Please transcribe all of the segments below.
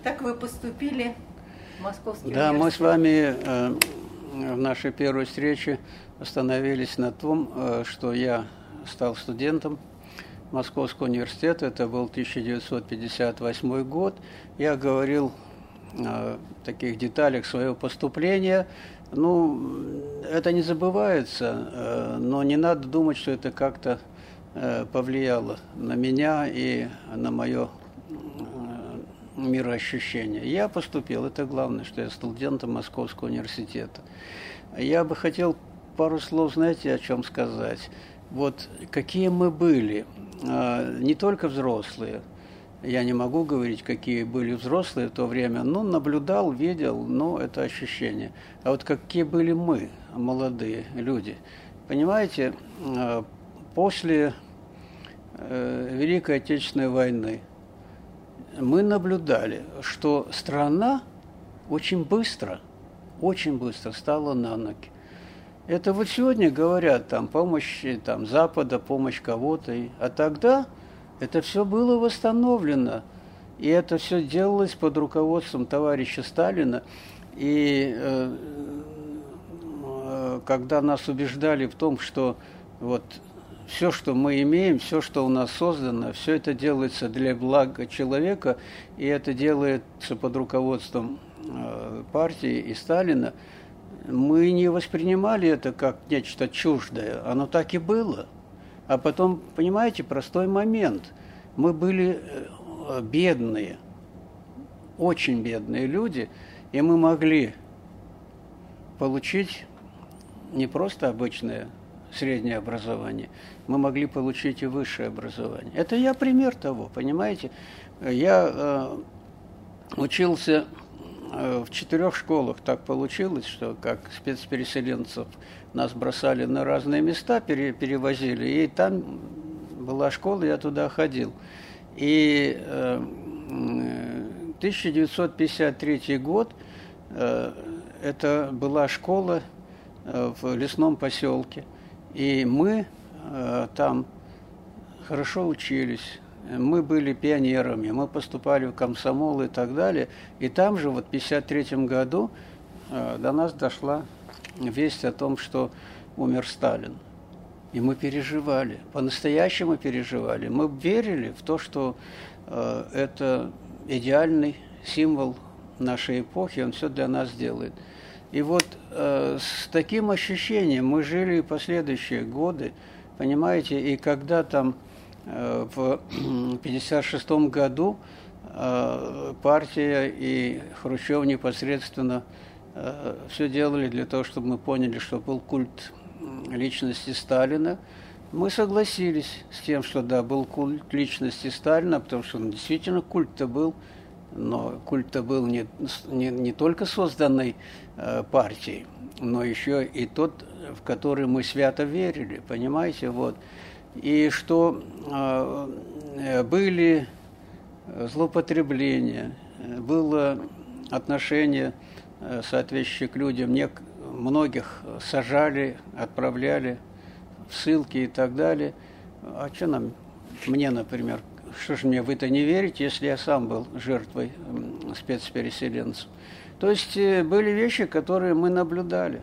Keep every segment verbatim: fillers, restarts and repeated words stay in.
Так вы поступили в Московский Да, университет? мы с вами э, в нашей первой встрече остановились на том, э, что я стал студентом Московского университета. Это был тысяча девятьсот пятьдесят восьмой год. Я говорил о таких деталях своего поступления. Ну, это не забывается, э, но не надо думать, что это как-то э, повлияло на меня и на мое мироощущение. Я поступил, это главное, что я студентом Московского университета. Я бы хотел пару слов, знаете, о чем сказать. Вот какие мы были, не только взрослые, я не могу говорить, какие были взрослые в то время, но наблюдал, видел, но это ощущение. А вот какие были мы, молодые люди. Понимаете, после Великой Отечественной войны мы наблюдали, что страна очень быстро, очень быстро стала на ноги. Это вот сегодня говорят, там, помощь там, Запада, помощь кого-то. А тогда это все было восстановлено. И это все делалось под руководством товарища Сталина. И э, э, когда нас убеждали в том, что вот все, что мы имеем, все, что у нас создано, все это делается для блага человека, и это делается под руководством э, партии и Сталина, мы не воспринимали это как нечто чуждое. Оно так и было. А потом, понимаете, простой момент. Мы были бедные, очень бедные люди, и мы могли получить не просто обычное среднее образование, мы могли получить и высшее образование. Это я пример того, понимаете? Я э, учился э, в четырех школах, так получилось, что как спецпереселенцев нас бросали на разные места, пере, перевозили, и там была школа, я туда ходил. И э, тысяча девятьсот пятьдесят третий год, э, это была школа э, в лесном поселке. И мы э, там хорошо учились, мы были пионерами, мы поступали в комсомол и так далее. И там же, вот в пятьдесят третьем году, э, до нас дошла весть о том, что умер Сталин. И мы переживали, по-настоящему переживали. Мы верили в то, что э, это идеальный символ нашей эпохи, он все для нас делает. И вот э, с таким ощущением мы жили и последующие годы, понимаете, и когда там э, в пятьдесят шестом году э, партия и Хрущев непосредственно э, все делали для того, чтобы мы поняли, что был культ личности Сталина, мы согласились с тем, что да, был культ личности Сталина, потому что он действительно культ-то был. Но культ-то был не, не, не только созданной э, партией, но еще и тот, в который мы свято верили, понимаете, вот. И что э, были злоупотребления, было отношение э, соответствующее к людям, не, многих сажали, отправляли в ссылки и так далее. А что нам, мне, например, что же мне, вы-то не верите, если я сам был жертвой спецпереселенцев? То есть были вещи, которые мы наблюдали,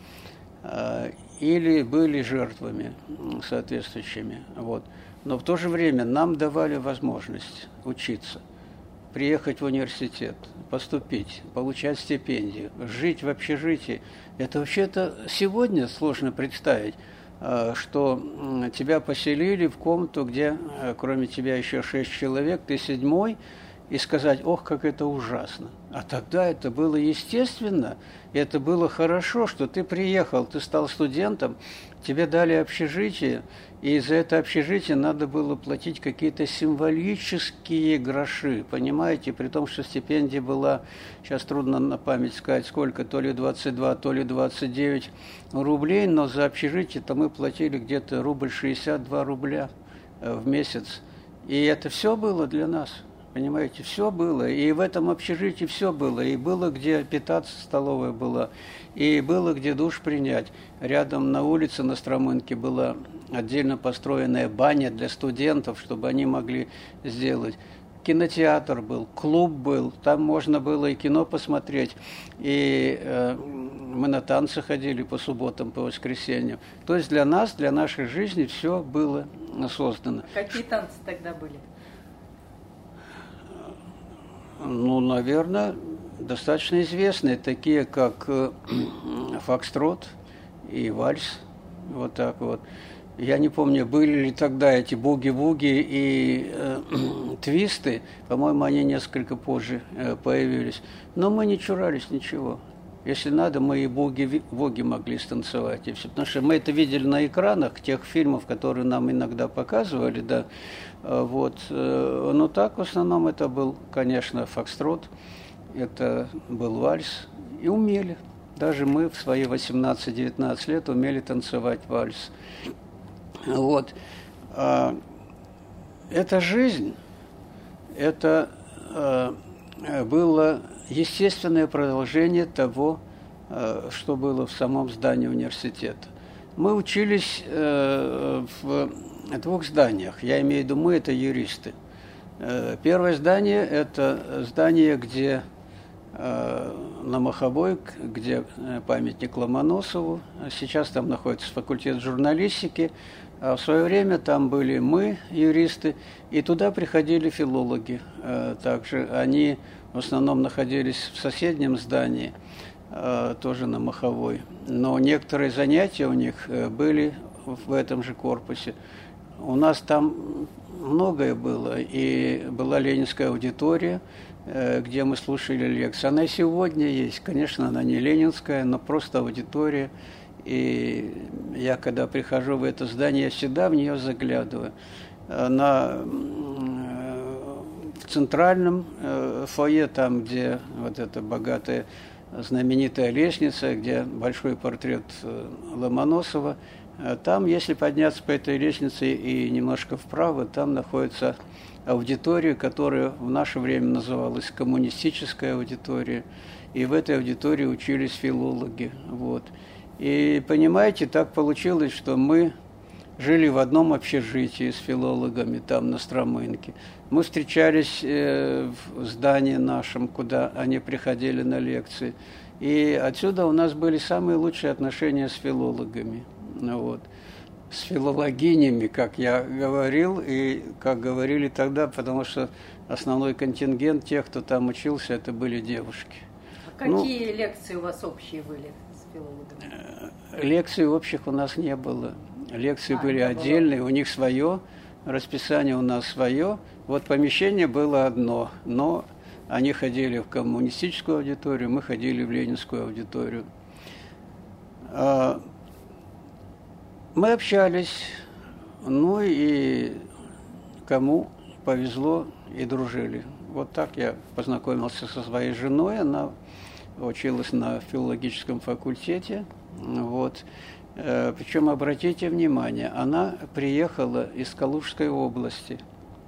или были жертвами соответствующими. Вот. Но в то же время нам давали возможность учиться, приехать в университет, поступить, получать стипендию, жить в общежитии. Это вообще-то сегодня сложно представить, что тебя поселили в комнату, где кроме тебя еще шесть человек, ты седьмой, и сказать, ох, как это ужасно. А тогда это было естественно, и это было хорошо, что ты приехал, ты стал студентом, тебе дали общежитие, и за это общежитие надо было платить какие-то символические гроши, понимаете, при том, что стипендия была, сейчас трудно на память сказать, сколько, то ли двадцать два, то ли двадцать девять рублей, но за общежитие-то мы платили где-то рубль шестьдесят два рубля в месяц, и это все было для нас. Понимаете, все было, и в этом общежитии все было, и было где питаться, столовая была, и было где душ принять. Рядом на улице на Стромынке была отдельно построенная баня для студентов, чтобы они могли сделать. кинотеатр был, клуб был, там можно было и кино посмотреть, и э, мы на танцы ходили по субботам, по воскресеньям. То есть для нас, для нашей жизни все было создано. А какие танцы тогда были? Ну, наверное, достаточно известные, такие как э, фокстрот и вальс, вот так вот. Я не помню, были ли тогда эти буги-буги и э, твисты, по-моему, они несколько позже э, появились. Но мы не чурались ничего. Если надо, мы и буги-буги могли станцевать. И все. Потому что мы это видели на экранах тех фильмов, которые нам иногда показывали, да. Вот. Но так в основном это был, конечно, фокстрот, это был вальс. И умели. Даже мы в свои восемнадцать-девятнадцать лет умели танцевать вальс. Вот. Эта жизнь, это было естественное продолжение того, что было в самом здании университета. Мы учились в двух зданиях. Я имею в виду, мы – это юристы. Первое здание – это здание, где на Моховой, где памятник Ломоносову. Сейчас там находится факультет журналистики. А в свое время там были мы, юристы, и туда приходили филологи. Также они в основном находились в соседнем здании, тоже на Моховой. Но некоторые занятия у них были в этом же корпусе. У нас там многое было, и была ленинская аудитория, где мы слушали лекции. Она и сегодня есть. Конечно, она не ленинская, но просто аудитория. И я, когда прихожу в это здание, я всегда в нее заглядываю. На, в центральном фойе, там, где вот эта богатая, знаменитая лестница, где большой портрет Ломоносова, там, если подняться по этой лестнице и немножко вправо, там находится аудитория, которая в наше время называлась коммунистическая аудитория. И в этой аудитории учились филологи. Вот. И, понимаете, так получилось, что мы жили в одном общежитии с филологами там на Стромынке. Мы встречались э, в здании нашем, куда они приходили на лекции. И отсюда у нас были самые лучшие отношения с филологами. Вот. С филологинями, как я говорил, и как говорили тогда, потому что основной контингент тех, кто там учился, это были девушки. А какие ну, лекции у вас общие были с филологами? Лекций общих у нас не было. Лекции а, были отдельные, было. У них свое, расписание у нас свое. Вот помещение было одно, но они ходили в коммунистическую аудиторию, мы ходили в ленинскую аудиторию. Мы общались, ну и кому повезло и дружили. Вот так я познакомился со своей женой, она училась на филологическом факультете. Вот. Причем, обратите внимание, она приехала из Калужской области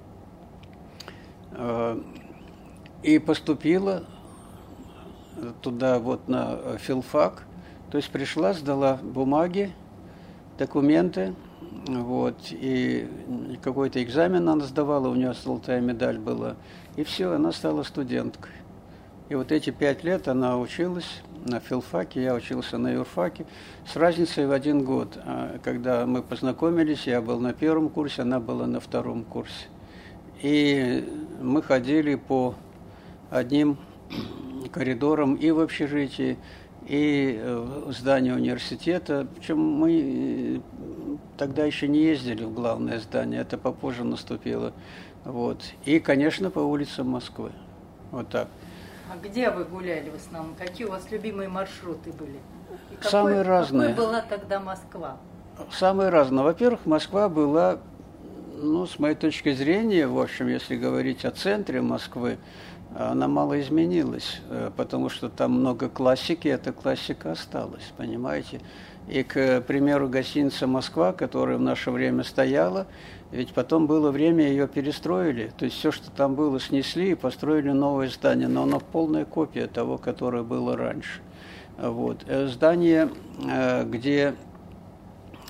и поступила туда вот на филфак, то есть пришла, сдала бумаги, документы, вот, и какой-то экзамен она сдавала, у нее золотая медаль была, и все, она стала студенткой. И вот эти пять лет она училась на филфаке, я учился на юрфаке, с разницей в один год. Когда мы познакомились, я был на первом курсе, она была на втором курсе. И мы ходили по одним коридорам и в общежитии, и в здании университета. Причем мы тогда еще не ездили в главное здание, это попозже наступило. Вот. И, конечно, по улицам Москвы. Вот так. А где вы гуляли в основном? Какие у вас любимые маршруты были? И какой, Самые разные. Какой была тогда Москва? Самые разные. Во-первых, Москва была, ну, с моей точки зрения, в общем, если говорить о центре Москвы, она мало изменилась, потому что там много классики, эта классика осталась, понимаете? И, к примеру, гостиница «Москва», которая в наше время стояла, ведь потом было время, ее перестроили, то есть все, что там было, снесли и построили новое здание, но оно полная копия того, которое было раньше. Вот. Здание, где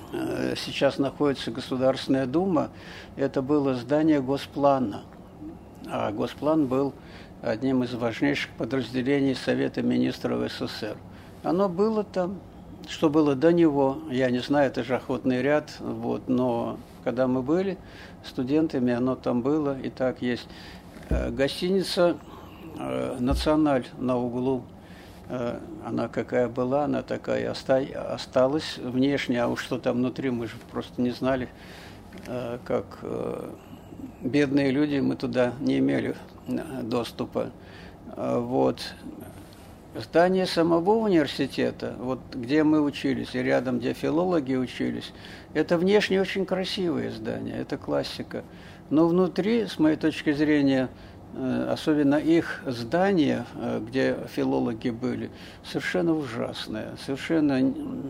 сейчас находится Государственная Дума, это было здание Госплана. а Госплан был одним из важнейших подразделений Совета министров СССР. Оно было там, что было до него, я не знаю, это же охотный ряд, вот, но когда мы были студентами, оно там было, и так есть. Гостиница «Националь» на углу, она какая была, она такая осталась внешне, а уж что там внутри, мы же просто не знали, как бедные люди, мы туда не имели доступа. Вот. Здание самого университета, вот где мы учились, и рядом, где филологи учились, это внешне очень красивое здание, это классика. Но внутри, с моей точки зрения, особенно их здание, где филологи были, совершенно ужасное, совершенно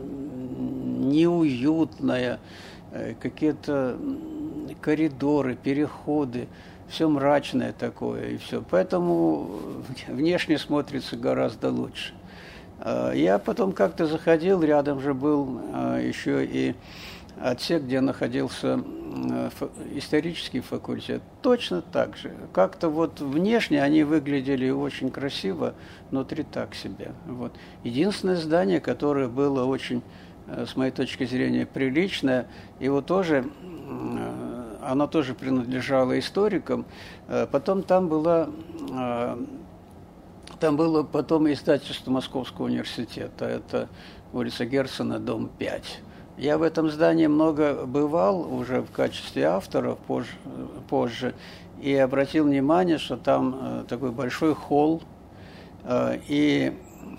неуютное, какие-то коридоры, переходы, все мрачное такое и все. Поэтому внешне смотрится гораздо лучше. Я потом как-то заходил, рядом же был еще и отсек, где находился исторический факультет. Точно так же. Как-то вот внешне они выглядели очень красиво, внутри так себе. Вот. Единственное здание, которое было очень, с моей точки зрения, приличное, его тоже... Она тоже принадлежала историкам. Потом там была, там было потом издательство Московского университета. Это улица Герцена, дом пять. Я в этом здании много бывал уже в качестве автора позже, позже и обратил внимание, что там такой большой холл и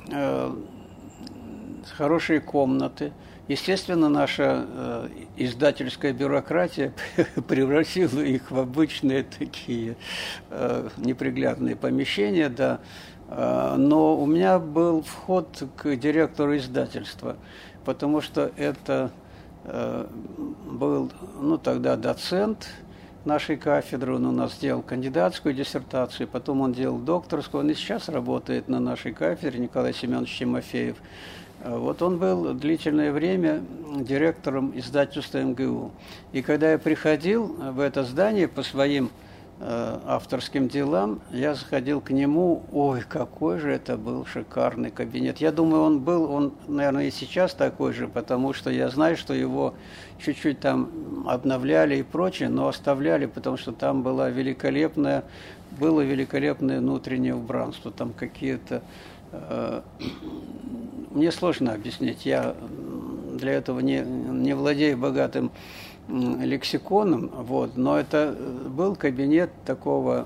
хорошие комнаты. Естественно, наша э, издательская бюрократия превратила их в обычные такие э, неприглядные помещения, да. Э, но у меня был вход к директору издательства, потому что это э, был, ну, тогда доцент нашей кафедры, он у нас делал кандидатскую диссертацию, потом он делал докторскую, он и сейчас работает на нашей кафедре, Николай Семенович Тимофеев. Вот он был длительное время директором издательства эм гэ у. И когда я приходил в это здание по своим э, авторским делам, я заходил к нему, ой, какой же это был шикарный кабинет. Я думаю, он был, он, наверное, и сейчас такой же, потому что я знаю, что его чуть-чуть там обновляли и прочее, но оставляли, потому что там была великолепная, было великолепное внутреннее убранство, там какие-то... Э, Мне сложно объяснить, я для этого не, не владею богатым лексиконом, вот, но это был кабинет такого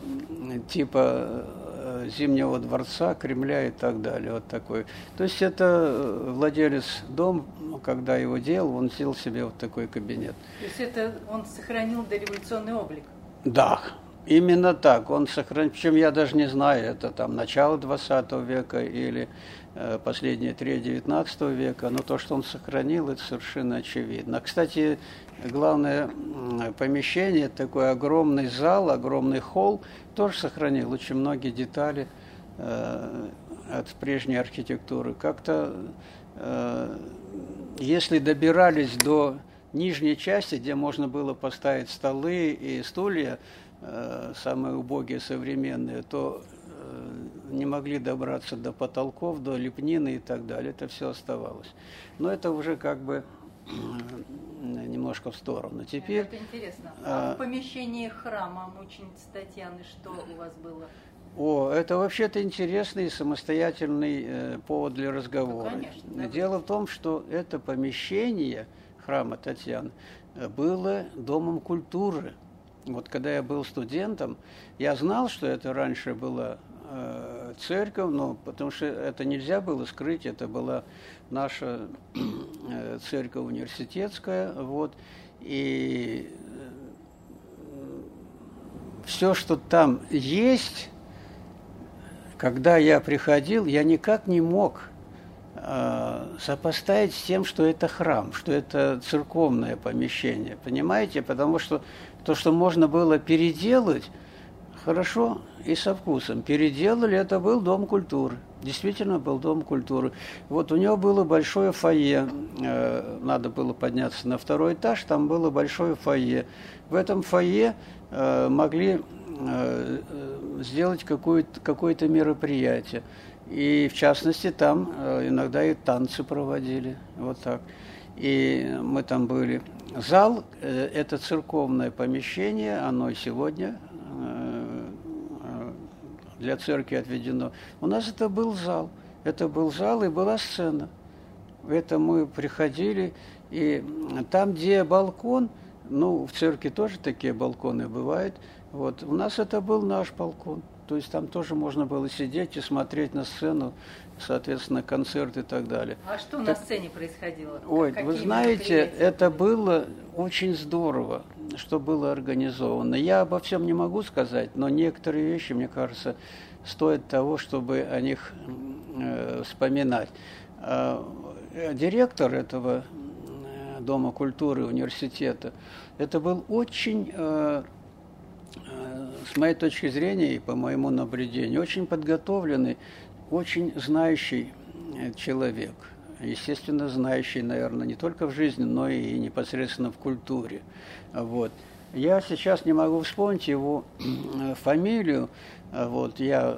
типа Зимнего дворца, Кремля и так далее, вот такой. То есть это владелец дома, когда его делал, он сделал себе вот такой кабинет. То есть это он сохранил дореволюционный облик? Да. Именно так, он сохранил, причем я даже не знаю, это там начало двадцатого века или э, последние треть девятнадцатого века, но то, что он сохранил, это совершенно очевидно. Кстати, главное помещение, такой огромный зал, огромный холл, тоже сохранил очень многие детали э, от прежней архитектуры. Как-то, э, если добирались до нижней части, где можно было поставить столы и стулья, самые убогие современные, то не могли добраться до потолков, до лепнины и так далее. Это все оставалось. Но это уже как бы немножко в сторону. Теперь, это интересно. А в помещении храма мученицы Татьяны что у вас было? О, это вообще-то интересный самостоятельный э, повод для разговора. Ну, конечно, да. Дело в том, что это помещение храма Татьяны было домом культуры. Вот когда я был студентом, я знал, что это раньше была э, церковь, но потому что это нельзя было скрыть, это была наша э, церковь университетская, вот, и э, все, что там есть, когда я приходил, я никак не мог э, сопоставить с тем, что это храм, что это церковное помещение, понимаете, потому что то, что можно было переделать, хорошо и со вкусом. Переделали, это был дом культуры. Действительно был дом культуры. Вот у него было большое фойе. Надо было подняться на второй этаж, там было большое фойе. В этом фойе могли э, сделать какое-то, какое-то мероприятие. И в частности там э, иногда и танцы проводили, вот так. И мы там были. Зал э, – это церковное помещение, оно и сегодня э, для церкви отведено. У нас это был зал. Это был зал и была сцена. Это мы приходили, и там, где балкон, ну, в церкви тоже такие балконы бывают, вот, у нас это был наш балкон. То есть там тоже можно было сидеть и смотреть на сцену, соответственно, концерт и так далее. А что так, на сцене происходило? Ой, Какие вы знаете, это было очень здорово, что было организовано. Я обо всем не могу сказать, но некоторые вещи, мне кажется, стоят того, чтобы о них э, вспоминать. Э, директор этого Дома культуры университета, это был очень... Э, с моей точки зрения и по моему наблюдению, очень подготовленный, очень знающий человек. Естественно, знающий, наверное, не только в жизни, но и непосредственно в культуре. Вот. Я сейчас не могу вспомнить его фамилию. Вот. Я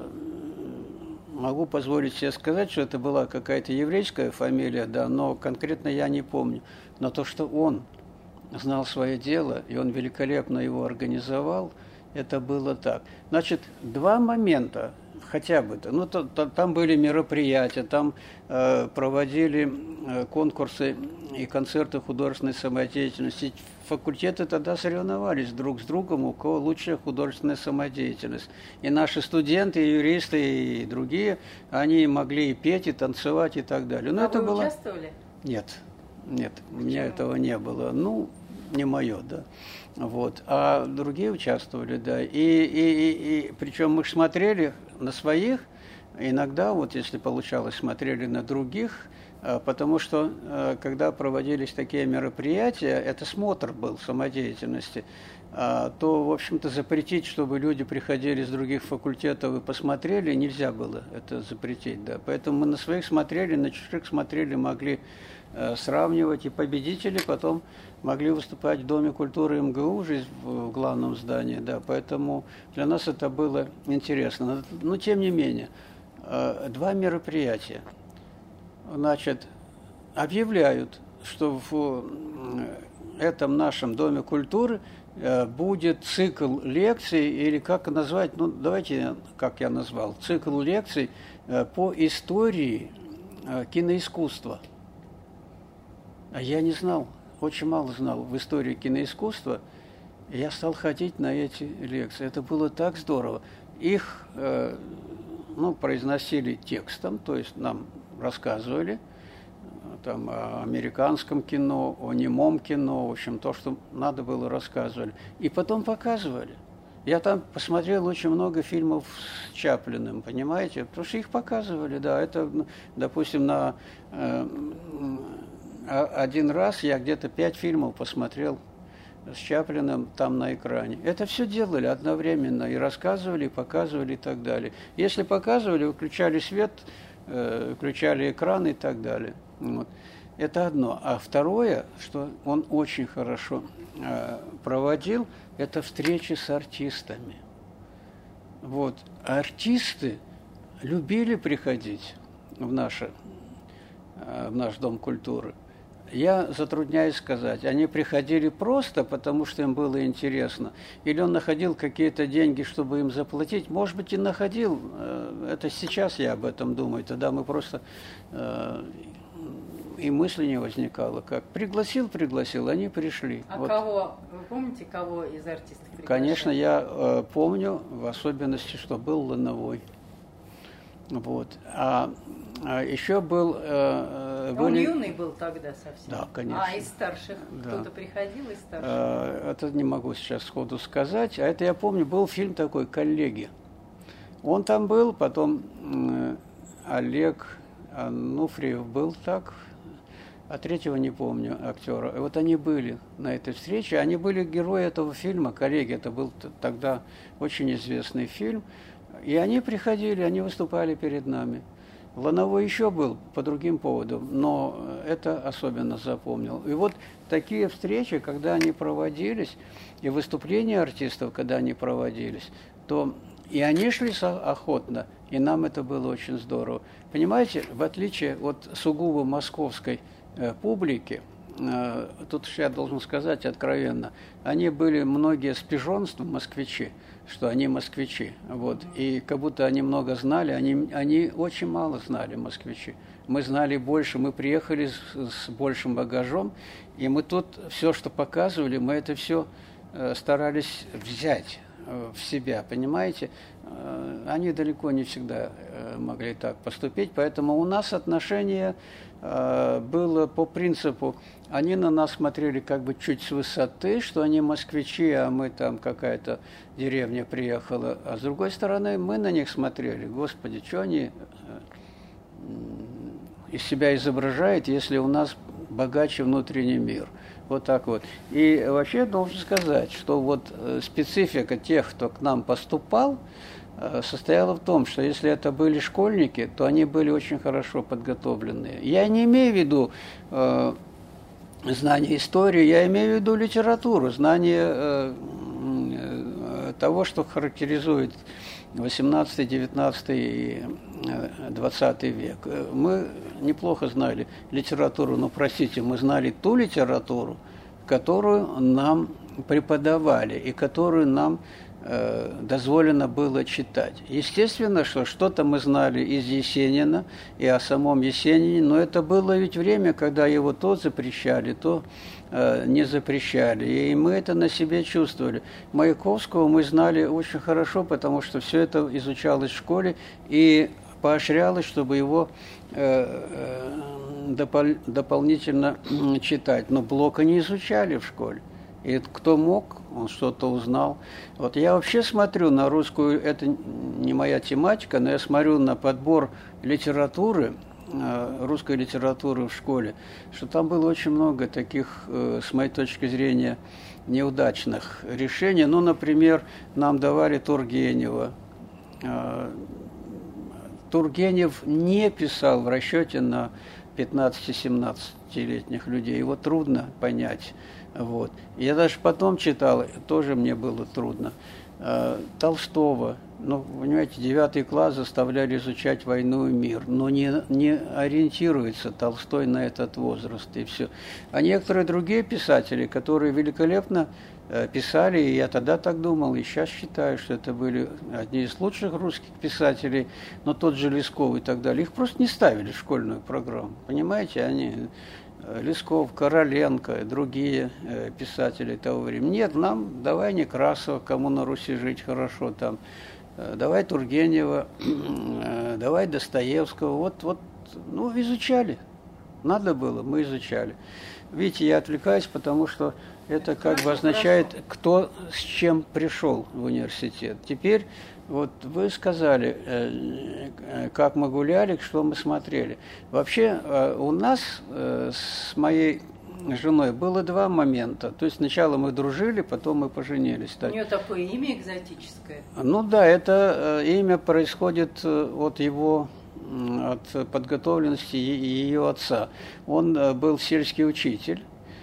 могу позволить себе сказать, что это была какая-то еврейская фамилия, да, но конкретно я не помню. Но то, что он знал свое дело, и он великолепно его организовал, это было так. Значит, два момента хотя бы. Ну, то, то, там были мероприятия, там э, проводили э, конкурсы и концерты художественной самодеятельности. Факультеты тогда соревновались друг с другом, у кого лучшая художественная самодеятельность. И наши студенты, и юристы, и другие, они могли и петь, и танцевать, и так далее. Но а это вы было... участвовали? Нет, нет, Почему? у меня этого не было. Ну, не мое, да. Вот. А другие участвовали, да. И, и, и, и причем мы смотрели на своих, иногда, вот если получалось, смотрели на других, потому что, когда проводились такие мероприятия, это смотр был самодеятельности, то, в общем-то, запретить, чтобы люди приходили с других факультетов и посмотрели, нельзя было это запретить, да. Поэтому мы на своих смотрели, на чужих смотрели, могли сравнивать, и победители потом могли выступать в Доме культуры МГУ, жизнь в главном здании, да, поэтому для нас это было интересно. Но, тем не менее, два мероприятия, значит, объявляют, что в этом нашем Доме культуры будет цикл лекций, или как назвать, ну, давайте, как я назвал, цикл лекций по истории киноискусства. А я не знал, очень мало знал в истории киноискусства. Я стал ходить на эти лекции. Это было так здорово. Их э, ну, произносили текстом, то есть нам рассказывали там, о американском кино, о немом кино, в общем, то, что надо было, рассказывали. И потом показывали. Я там посмотрел очень много фильмов с Чаплиным, понимаете? Потому что их показывали, да. Это, допустим, на... Э, один раз я где-то пять фильмов посмотрел с Чаплиным там на экране. Это все делали одновременно, и рассказывали, и показывали, и так далее. Если показывали, выключали свет, выключали экран и так далее. Вот. Это одно. А второе, что он очень хорошо проводил, это встречи с артистами. Вот. А артисты любили приходить в, наше, в наш Дом культуры. Я затрудняюсь сказать, они приходили просто, потому что им было интересно, или он находил какие-то деньги, чтобы им заплатить. Может быть, и находил, это сейчас я об этом думаю, тогда мы просто, и мысли не возникало, как пригласил, пригласил, они пришли. А вот. Кого, вы помните, кого из артистов приглашали? Конечно, я помню, в особенности, что был Лановой. Вот. А, а еще был... Э, Он были... юный был тогда совсем? Да, конечно. А из старших? Да. Кто-то приходил из старших? Э, это не могу сейчас сходу сказать. А это я помню, был фильм такой «Коллеги». Он там был, потом э, Олег Ануфриев был так, а третьего не помню актера. И вот они были на этой встрече. Они были герои этого фильма «Коллеги». Это был тогда очень известный фильм. И они приходили, они выступали перед нами. Лановой еще был по другим поводам, но это особенно запомнил. И вот такие встречи, когда они проводились, и выступления артистов, когда они проводились, то и они шли охотно, и нам это было очень здорово. Понимаете, в отличие от сугубо московской э, публики, э, тут я должен сказать откровенно, они были многие с пижонством москвичи, что они москвичи. Вот. И как будто они много знали, они, они очень мало знали, москвичи. Мы знали больше, мы приехали с, с большим багажом, и мы тут все, что показывали, мы это все э, старались взять в себя, понимаете? Они далеко не всегда могли так поступить, поэтому у нас отношение было по принципу, они на нас смотрели как бы чуть с высоты, что они москвичи, а мы там какая-то деревня приехала, а с другой стороны мы на них смотрели, господи, что они из себя изображают, если у нас богаче внутренний мир. Вот так вот. И вообще должен сказать, что вот специфика тех, кто к нам поступал, состояла в том, что если это были школьники, то они были очень хорошо подготовленные. Я не имею в виду э, знание истории, я имею в виду литературу, знание э, э, того, что характеризует восемнадцатый, девятнадцатый и двадцатый век. Мы неплохо знали литературу, но, простите, мы знали ту литературу, которую нам преподавали и которую нам э, дозволено было читать. Естественно, что что-то мы знали из Есенина и о самом Есенине, но это было ведь время, когда его то запрещали, то э, не запрещали, и мы это на себе чувствовали. Маяковского мы знали очень хорошо, потому что все это изучалось в школе и поощрялось, чтобы его э, э, допол- дополнительно читать. Но Блока не изучали в школе. И кто мог, он что-то узнал. Вот я вообще смотрю на русскую, это не моя тематика, но я смотрю на подбор литературы, э, русской литературы в школе, что там было очень много таких, э, с моей точки зрения, неудачных решений. Ну, например, нам давали Тургенева. Э, Тургенев не писал в расчете на пятнадцати-семнадцатилетних людей. Его трудно понять. Вот. Я даже потом читал, тоже мне было трудно. Толстого, ну, понимаете, девятый класс заставляли изучать «Войну и мир», но не, не ориентируется Толстой на этот возраст, и все. А некоторые другие писатели, которые великолепно писали, и я тогда так думал, и сейчас считаю, что это были одни из лучших русских писателей, но тот же Лесков и так далее, их просто не ставили в школьную программу, понимаете, они... Лесков, Короленко, другие э, писатели того времени. Нет, нам давай Некрасова, кому на Руси жить хорошо там, э, давай Тургенева, э, давай Достоевского. Вот, вот, ну, изучали. Надо было, мы изучали. Видите, я отвлекаюсь, потому что это как бы означает, кто с чем пришел в университет. Теперь вот вы сказали, как мы гуляли, что мы смотрели. Вообще у нас с моей женой было два момента. То есть сначала мы дружили, потом мы поженились. У нее такое имя экзотическое. Ну да, это имя происходит от его, от подготовленности ее отца. Он был сельский учитель.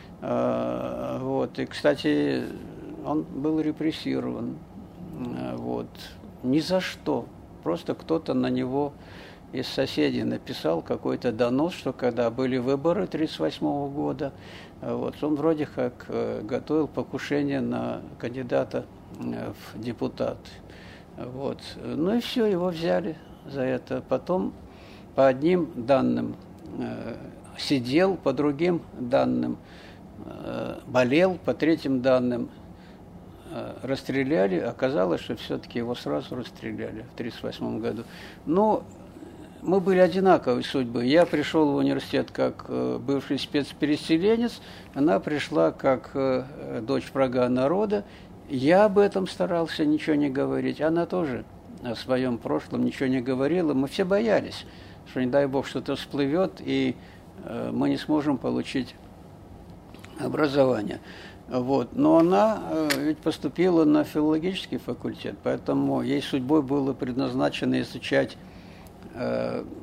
Вот. И, кстати, он был репрессирован. Вот. Ни за что. Просто кто-то на него из соседей написал какой-то донос, что когда были выборы тридцать восьмого года, вот, он вроде как готовил покушение на кандидата в депутаты. Вот. Ну и все, его взяли за это. Потом по одним данным э, сидел, по другим данным э, болел, по третьим данным расстреляли, оказалось, что все-таки его сразу расстреляли в тридцать восьмом году. Но мы были одинаковой судьбы. Я пришел в университет как бывший спецпереселенец, она пришла как дочь врага народа. Я об этом старался ничего не говорить, она тоже о своем прошлом ничего не говорила. Мы все боялись, что, не дай бог, что-то всплывет, и мы не сможем получить образование. Вот. Но она э, ведь поступила на филологический факультет, поэтому ей судьбой было предназначено изучать э,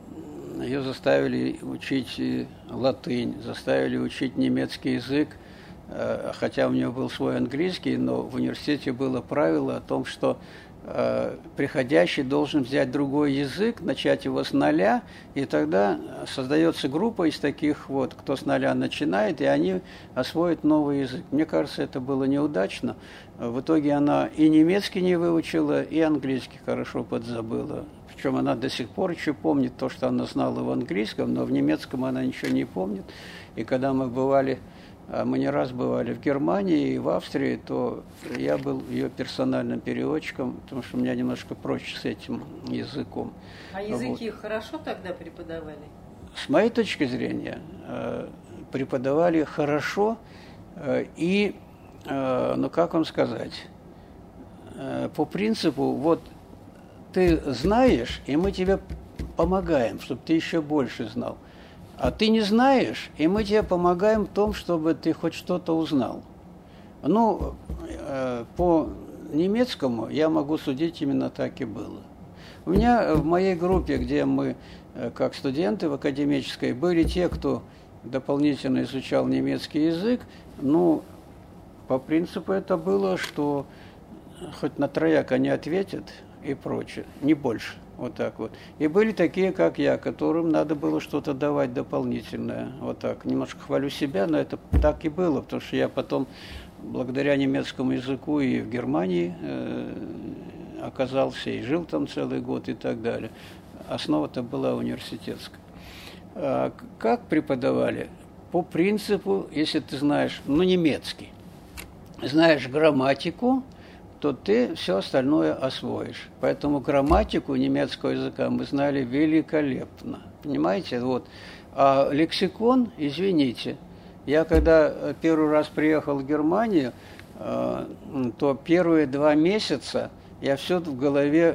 ее заставили учить латынь, заставили учить немецкий язык, хотя у нее был свой английский, но в университете было правило о том, что приходящий должен взять другой язык, начать его с нуля, и тогда создается группа из таких вот, кто с нуля начинает, и они освоят новый язык. Мне кажется, это было неудачно. В итоге она и немецкий не выучила, и английский хорошо подзабыла. Причем она до сих пор еще помнит то, что она знала в английском, но в немецком она ничего не помнит. И когда мы бывали, мы не раз бывали в Германии и в Австрии, то я был ее персональным переводчиком, потому что у меня немножко проще с этим языком. А языки вот. Хорошо тогда преподавали? С моей точки зрения, преподавали хорошо и, ну как вам сказать, по принципу, вот ты знаешь, и мы тебе помогаем, чтобы ты еще больше знал. А ты не знаешь, и мы тебе помогаем в том, чтобы ты хоть что-то узнал. Ну, э, по немецкому я могу судить, именно так и было. У меня в моей группе, где мы, э, как студенты в академической, были те, кто дополнительно изучал немецкий язык. Ну, по принципу это было, что хоть на трояк они ответят и прочее, не больше. Вот так вот. И были такие, как я, которым надо было что-то давать дополнительное. Вот так. Немножко хвалю себя, но это так и было, потому что я потом, благодаря немецкому языку, и в Германии э, оказался, и жил там целый год и так далее. Основа-то была университетская. А как преподавали? По принципу, если ты знаешь, ну, немецкий, знаешь грамматику, то ты все остальное освоишь. Поэтому грамматику немецкого языка мы знали великолепно. Понимаете? Вот. А лексикон, извините, я когда первый раз приехал в Германию, то первые два месяца я все в голове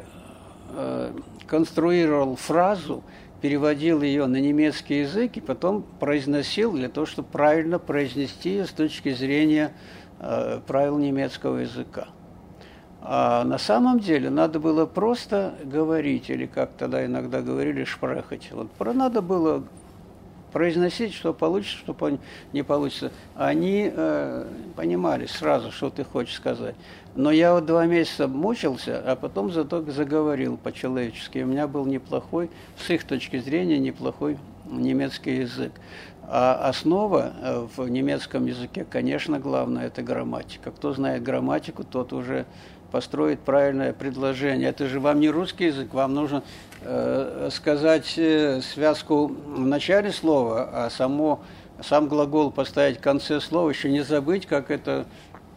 конструировал фразу, переводил ее на немецкий язык и потом произносил для того, чтобы правильно произнести ее с точки зрения правил немецкого языка. А на самом деле надо было просто говорить, или как тогда иногда говорили, шпрехать. Вот про надо было произносить, что получится, что не получится. Они э, понимали сразу, что ты хочешь сказать. Но я вот два месяца мучился, а потом зато заговорил по-человечески. У меня был неплохой, с их точки зрения, неплохой немецкий язык. А основа в немецком языке, конечно, главное – это грамматика. Кто знает грамматику, тот уже построить правильное предложение. Это же вам не русский язык, вам нужно э, сказать э, связку в начале слова, а само, сам глагол поставить в конце слова, еще не забыть, как это...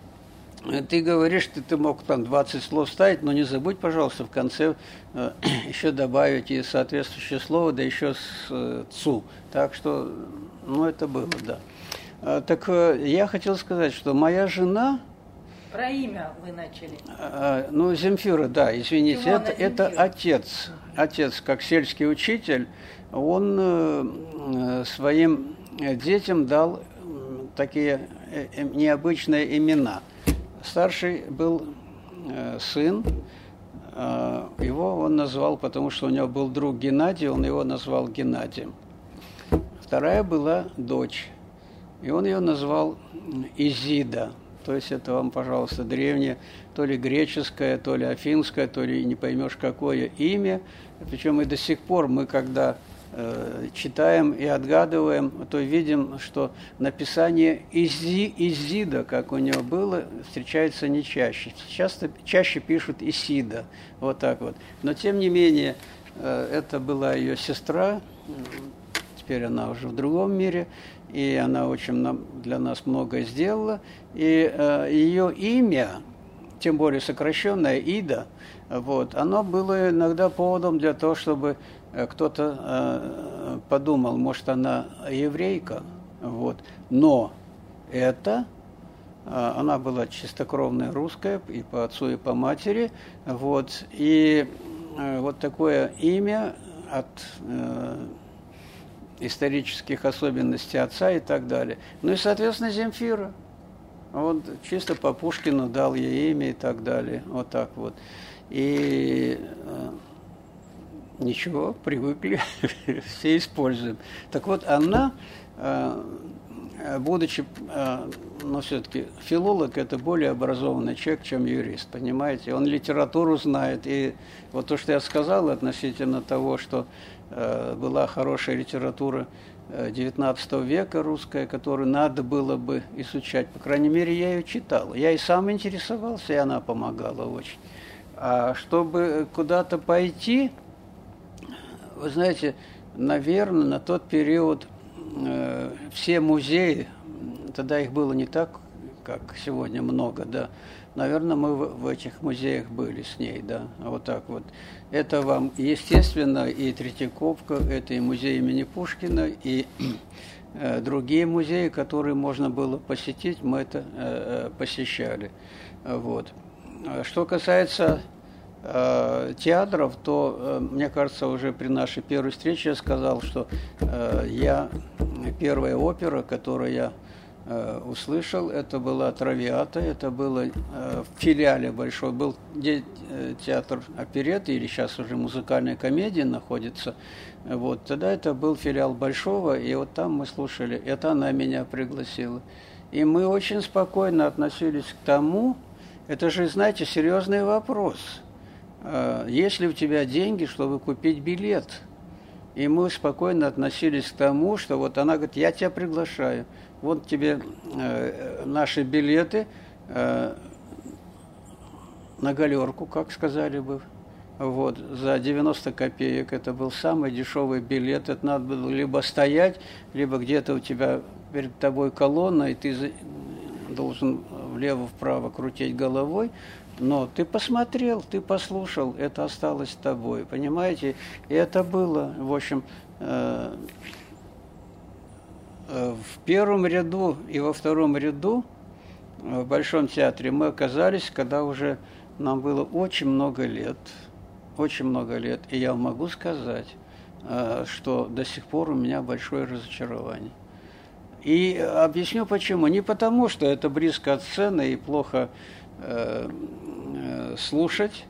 Ты говоришь, ты, ты мог там двадцать слов ставить, но не забудь, пожалуйста, в конце э, еще добавить и соответствующее слово, да еще с э, «цу». Так что, ну, это было, да. А, так э, я хотел сказать, что моя жена... Про имя вы начали. А, ну, Земфира, да, извините, это, это отец. Отец, как сельский учитель, он э, своим детям дал такие э, необычные имена. Старший был э, сын, э, его он назвал, потому что у него был друг Геннадий, он его назвал Геннадием. Вторая была дочь, и он ее назвал Изида. То есть это вам, пожалуйста, древнее, то ли греческое, то ли афинское, то ли не поймешь какое имя. Причем и до сих пор мы, когда э, читаем и отгадываем, то видим, что написание Изи, Изида, как у него было, встречается не чаще. Часто, чаще пишут Исида, вот так вот. Но тем не менее, э, это была ее сестра, теперь она уже в другом мире, и она очень нам, для нас многое сделала. И э, ее имя, тем более сокращенное Ида, вот, оно было иногда поводом для того, чтобы кто-то э, подумал, может, она еврейка. Вот. Но это, э, она была чистокровная русская и по отцу, и по матери. Вот, и э, вот такое имя от... Э, исторических особенностей отца и так далее. Ну и, соответственно, Земфира. Он чисто по Пушкину дал ей имя и так далее. Вот так вот. И Ничего, привыкли, все используем. Так вот, она, будучи, ну, все-таки филолог, это более образованный человек, чем юрист, понимаете? Он литературу знает, и вот то, что я сказал относительно того, что была хорошая литература девятнадцатого века русская, которую надо было бы изучать, по крайней мере, я ее читал. Я и сам интересовался, и она помогала очень. А чтобы куда-то пойти... Вы знаете, наверное, на тот период э, все музеи, тогда их было не так, как сегодня много, да. Наверное, мы в, в этих музеях были с ней, да, вот так вот. Это вам, естественно, и Третьяковка, это и музей имени Пушкина, и э, другие музеи, которые можно было посетить, мы это э, посещали. Вот. Что касается... театров, то, мне кажется, уже при нашей первой встрече я сказал, что я, первая опера, которую я услышал, это была «Травиата», это было в филиале большой, был театр оперетты, или сейчас уже музыкальная комедия находится, вот, тогда это был филиал Большого, и вот там мы слушали, это она меня пригласила. И мы очень спокойно относились к тому, это же, знаете, серьезный вопрос. Есть ли у тебя деньги, чтобы купить билет? И мы спокойно относились к тому, что вот она говорит, я тебя приглашаю, вот тебе э, наши билеты э, на галерку, как сказали бы, вот, за девяносто копеек. Это был самый дешевый билет, это надо было либо стоять, либо где-то у тебя перед тобой колонна, и ты должен влево-вправо крутить головой. Но ты посмотрел, ты послушал, это осталось с тобой, понимаете? И это было, в общем, э, э, в первом ряду и во втором ряду в Большом театре мы оказались, когда уже нам было очень много лет, очень много лет, и я могу сказать, э, что до сих пор у меня большое разочарование. И объясню почему. Не потому, что это близко от сцены и плохо э, э, слушать,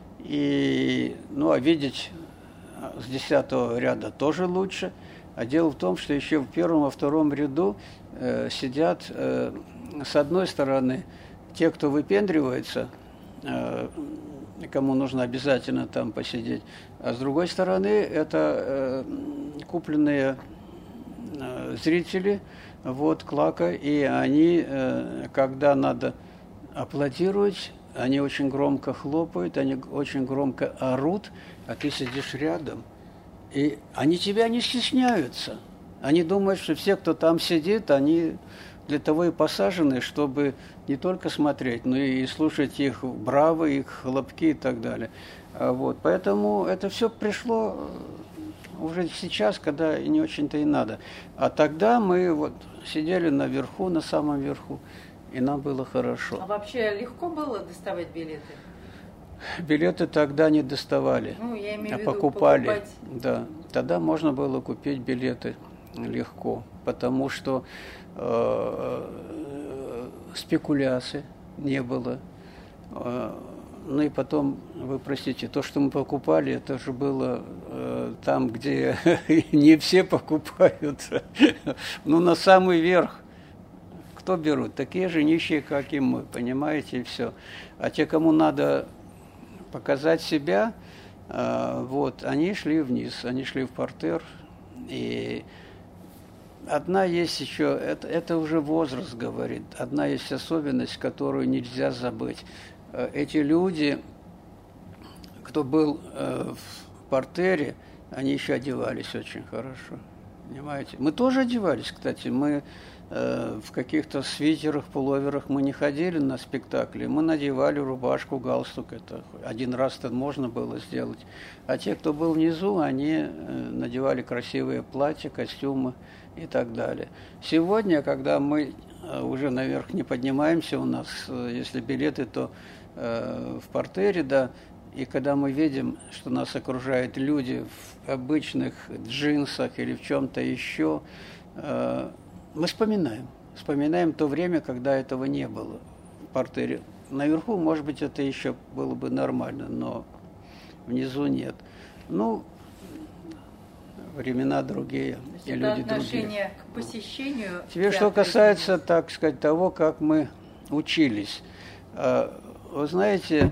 и, ну, а видеть с десятого ряда тоже лучше. А дело в том, что еще в первом, во втором ряду э, сидят, э, с одной стороны, те, кто выпендривается, э, кому нужно обязательно там посидеть, а с другой стороны, это э, купленные э, зрители, вот, клака, и они, э, когда надо аплодировать, они очень громко хлопают, они очень громко орут, а ты сидишь рядом, и они тебя не стесняются. Они думают, что все, кто там сидит, они для того и посажены, чтобы не только смотреть, но и слушать их браво, их хлопки и так далее. Вот, поэтому это все пришло уже сейчас, когда и не очень-то и надо. А тогда мы вот сидели наверху, на самом верху, и нам было хорошо. А вообще легко было доставать билеты? Билеты тогда не доставали, ну, я имею а в виду покупали. Покупать. Да, тогда можно было купить билеты легко, потому что э, спекуляций не было. Э, ну и потом, вы простите, то, что мы покупали, это же было э, там, где не все покупают. Ну, на самый верх. Кто берут? Такие же нищие, как и мы, понимаете, и все. А те, кому надо показать себя, э, вот, они шли вниз, они шли в партер. И одна есть еще, это, это уже возраст говорит, одна есть особенность, которую нельзя забыть. Эти люди, кто был э, в партере, они еще одевались очень хорошо, понимаете? Мы тоже одевались, кстати, мы э, в каких-то свитерах, пуловерах мы не ходили на спектакли, мы надевали рубашку, галстук, это один раз это можно было сделать. А те, кто был внизу, они э, надевали красивые платья, костюмы и так далее. Сегодня, когда мы э, уже наверх не поднимаемся, у нас, э, если билеты, то в партере, да, и когда мы видим, что нас окружают люди в обычных джинсах или в чем-то еще, мы вспоминаем, вспоминаем то время, когда этого не было в партере. Наверху, может быть, это еще было бы нормально, но внизу нет. Ну, времена другие, То есть и это люди отношение другие. к посещению Теперь, что театра касается, изменилось? так сказать, того, как мы учились. Вы знаете,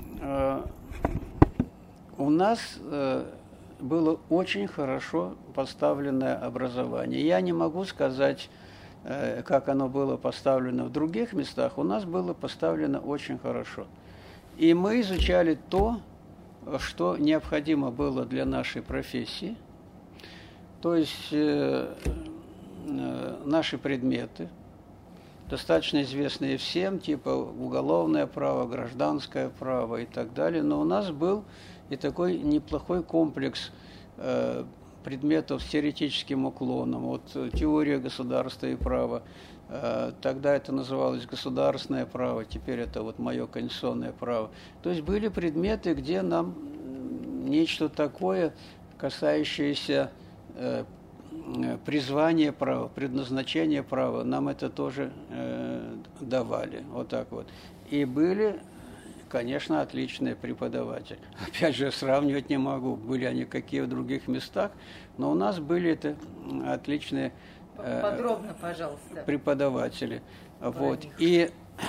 у нас было очень хорошо поставленное образование. Я не могу сказать, как оно было поставлено в других местах. У нас было поставлено очень хорошо. И мы изучали то, что необходимо было для нашей профессии, то есть э, э, наши предметы, достаточно известные всем, типа уголовное право, гражданское право и так далее, но у нас был и такой неплохой комплекс э, предметов с теоретическим уклоном, вот теория государства и права. Тогда это называлось государственное право, теперь это вот мое конституционное право. То есть были предметы, где нам нечто такое, касающееся э, призвания права, предназначения права, нам это тоже э, давали, вот так вот. И были, конечно, отличные преподаватели. Опять же, сравнивать не могу, были они какие в других местах, но у нас были это отличные подробно, пожалуйста, преподаватели. Вот. И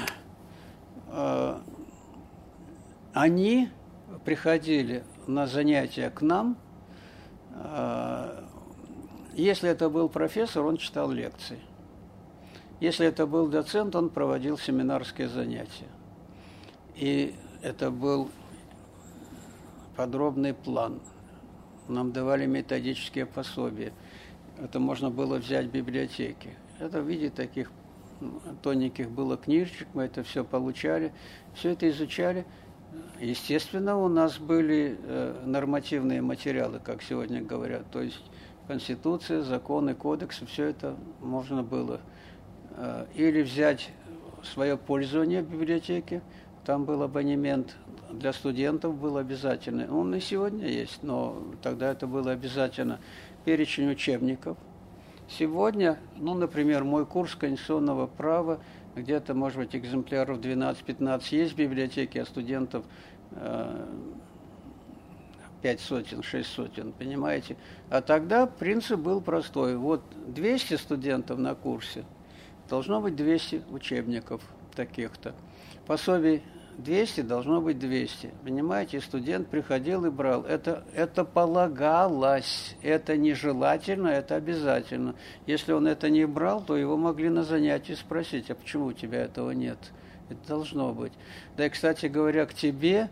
э, они приходили на занятия к нам. Э, если это был профессор, он читал лекции. Если это был доцент, он проводил семинарские занятия. И это был подробный план. Нам давали методические пособия. Это можно было взять в библиотеке. Это в виде таких тоненьких было книжечек, мы это все получали, все это изучали. Естественно, у нас были э, нормативные материалы, как сегодня говорят, то есть Конституция, законы, кодексы, все это можно было э, или взять в свое пользование в библиотеке, там был абонемент, для студентов был обязательный, он и сегодня есть, но тогда это было обязательно. Перечень учебников. Сегодня, ну, например, мой курс конституционного права, где-то, может быть, экземпляров двенадцать-пятнадцать есть в библиотеке, а студентов э, пять сотен, шесть сотен, понимаете? А тогда принцип был простой. Вот двести студентов на курсе, должно быть двести учебников таких-то. Пособий двести, должно быть двести. Понимаете, студент приходил и брал. Это, это полагалось, это нежелательно, это обязательно. Если он это не брал, то его могли на занятии спросить, а почему у тебя этого нет? Это должно быть. Да и, кстати говоря, к тебе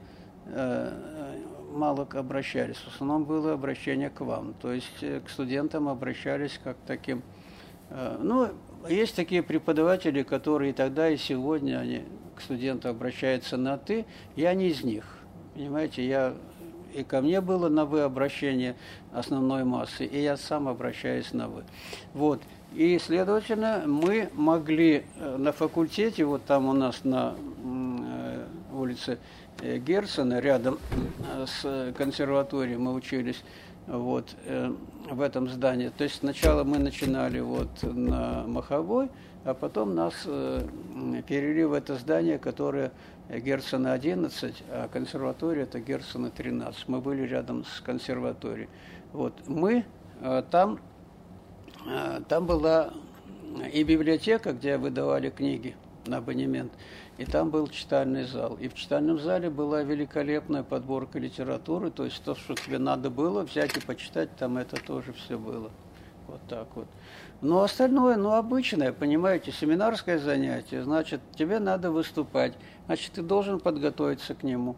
э, мало обращались. В основном было обращение к вам. То есть к студентам обращались как к таким... Э, ну, есть такие преподаватели, которые и тогда, и сегодня они к студенту обращаются на «ты», я не из них. Понимаете, я, и ко мне было на «вы» обращение основной массы, и я сам обращаюсь на «вы». Вот. И, следовательно, мы могли на факультете, вот там у нас на э, улице Герцена, рядом с консерваторией мы учились, вот, э, в этом здании. То есть сначала мы начинали вот на Маховой, а потом нас э, перевели в это здание, которое Герцена одиннадцать, а консерватория это Герцена тринадцать. Мы были рядом с консерваторией. Вот. Мы э, там, э, там была и библиотека, где выдавали книги на абонемент, и там был читальный зал. И в читальном зале была великолепная подборка литературы, то есть то, что тебе надо было взять и почитать, там это тоже все было. Вот так вот. Но остальное, ну, обычное, понимаете, семинарское занятие, значит, тебе надо выступать, значит, ты должен подготовиться к нему.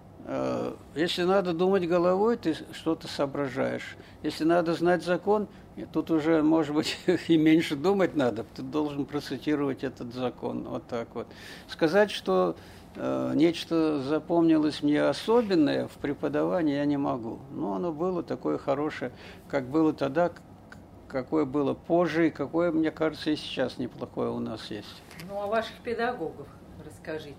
Если надо думать головой, ты что-то соображаешь. Если надо знать закон, тут уже, может быть, и меньше думать надо, ты должен процитировать этот закон, вот так вот. Сказать, что э, нечто запомнилось мне особенное в преподавании, я не могу. Но оно было такое хорошее, как было тогда, какое было позже, и какое, мне кажется, и сейчас неплохое у нас есть. Ну, а ваших педагогов расскажите.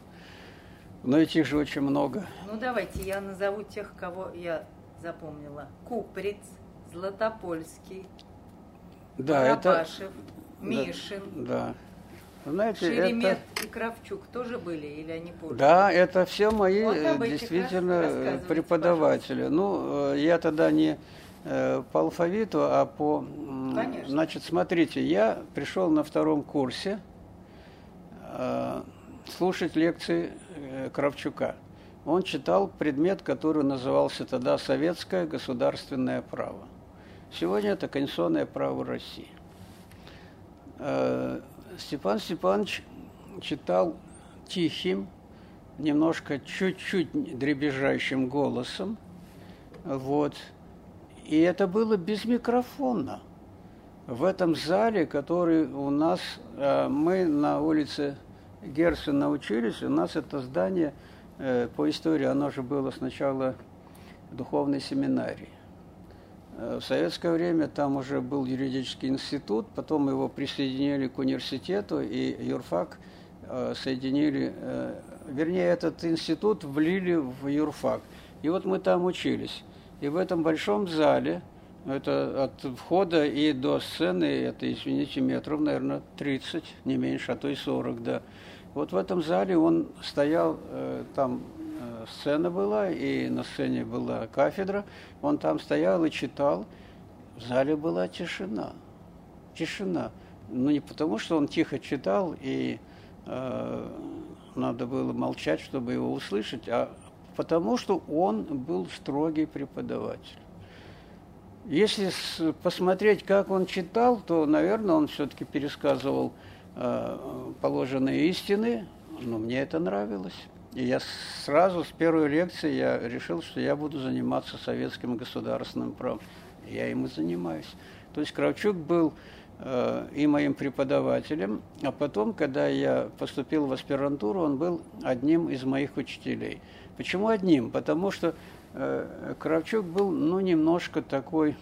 Но этих же очень много. Ну, давайте я назову тех, кого я запомнила. Куприц, Златопольский, да, Барабашев, это, Мишин, да, да. Знаете, Шеремет это... и Кравчук тоже были, или они позже? Да, это все мои вот действительно преподаватели. Ну, я тогда не э, по алфавиту, а по... Конечно. Значит, смотрите, я пришел на втором курсе э, слушать лекции э, Кравчука. Он читал предмет, который назывался тогда «Советское государственное право». Сегодня это конституционное право России. Э, Степан Степанович читал тихим, немножко чуть-чуть дребезжащим голосом. Вот. И это было без микрофона. В этом зале, который у нас, мы на улице Герцена учились, у нас это здание по истории, оно же было сначала духовной семинарией. В советское время там уже был юридический институт, потом его присоединили к университету, и юрфак соединили, вернее, этот институт влили в юрфак. И вот мы там учились. И в этом большом зале, это от входа и до сцены, это, извините, метров, наверное, тридцать, не меньше, а то и сорок, да. Вот в этом зале он стоял, там сцена была, и на сцене была кафедра, он там стоял и читал. В зале была тишина. Тишина. Ну, не потому, что он тихо читал, и э, надо было молчать, чтобы его услышать, а потому что он был строгий преподаватель. Если посмотреть, как он читал, то, наверное, он все-таки пересказывал э, положенные истины, но мне это нравилось. И я сразу с первой лекции я решил, что я буду заниматься советским государственным правом. Я им и занимаюсь. То есть Кравчук был э, и моим преподавателем, а потом, когда я поступил в аспирантуру, он был одним из моих учителей. Почему одним? Потому что э, Кравчук был, ну, немножко такой,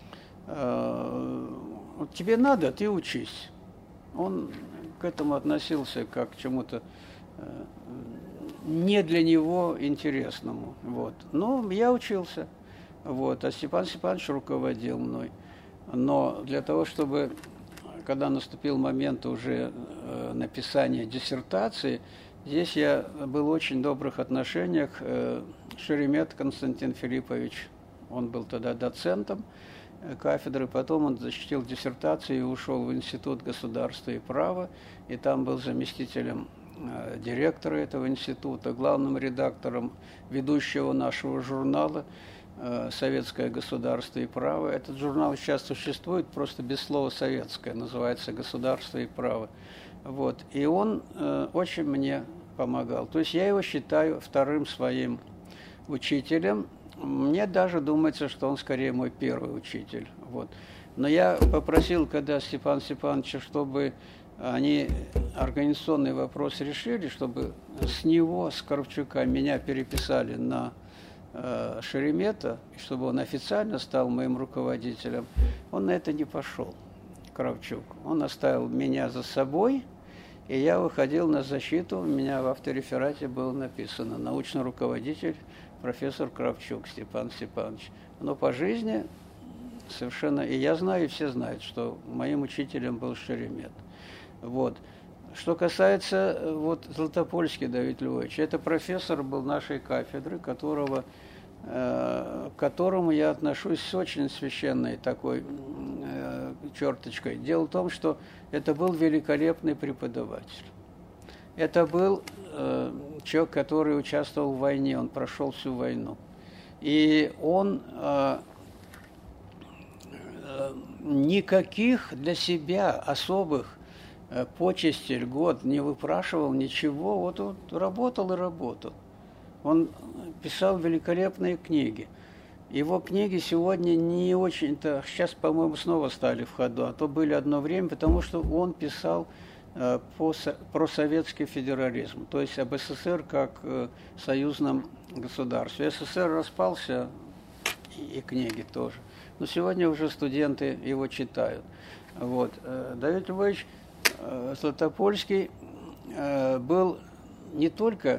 э, вот тебе надо, ты учись. Он к этому относился как к чему-то э, не для него интересному. Вот. Но я учился, вот, а Степан Степанович руководил мной. Но для того, чтобы, когда наступил момент уже э, написания диссертации, здесь я был в очень добрых отношениях. Э, Шеремет Константин Филиппович, он был тогда доцентом кафедры, потом он защитил диссертацию и ушел в Институт государства и права, и там был заместителем директора этого института, главным редактором ведущего нашего журнала «Советское государство и право». Этот журнал сейчас существует, просто без слова «советское», называется «Государство и право». Вот. И он э, очень мне помогал. То есть я его считаю вторым своим учителем. Мне даже думается, что он скорее мой первый учитель. Вот. Но я попросил, когда Степана Степановича, чтобы они организационный вопрос решили, чтобы с него, с Кравчука, меня переписали на э, Шеремета, чтобы он официально стал моим руководителем. Он на это не пошел, Кравчук. Он оставил меня за собой, и я выходил на защиту. У меня в автореферате было написано «Научный руководитель профессор Кравчук Степан Степанович». Но по жизни совершенно... И я знаю, и все знают, что моим учителем был Шеремет. Вот. Что касается вот, Златопольский Давид Львович, это профессор был нашей кафедры, которого, э, к которому я отношусь с очень священной такой э, черточкой. Дело в том, что это был великолепный преподаватель. Это был э, человек, который участвовал в войне, он прошел всю войну. И он э, э, никаких для себя особых почести, льгот не выпрашивал, ничего. Вот он работал и работал. Он писал великолепные книги. Его книги сегодня не очень-то, сейчас, по-моему, снова стали в ходу, а то были одно время, потому что он писал э, по, про советский федерализм, то есть об СССР как э, союзном государстве. СССР распался, и, и книги тоже. Но сегодня уже студенты его читают. Вот. Давид Львович Златопольский был не только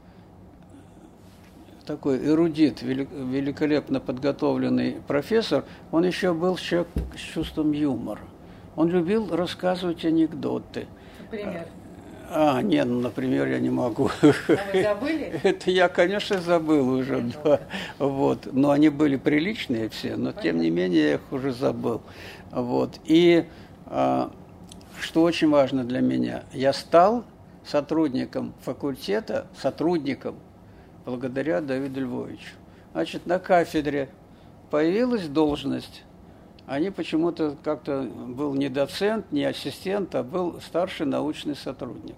такой эрудит, великолепно подготовленный профессор, он еще был человек с чувством юмора. Он любил рассказывать анекдоты. Например? А, нет, ну, например, я не могу. А вы забыли? Это я, конечно, забыл уже, да. Вот. Но они были приличные все, но тем не менее я их уже забыл. Вот. И а, что очень важно для меня, я стал сотрудником факультета, сотрудником, благодаря Давиду Львовичу. Значит, на кафедре появилась должность. Они почему-то как-то был не доцент, не ассистент, а был старший научный сотрудник.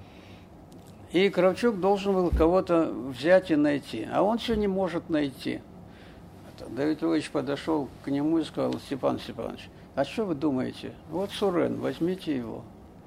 И Кравчук должен был кого-то взять и найти, а он все не может найти. Давид Львович подошел к нему и сказал: Степан Степанович, а что вы думаете? Вот Сурен, возьмите его.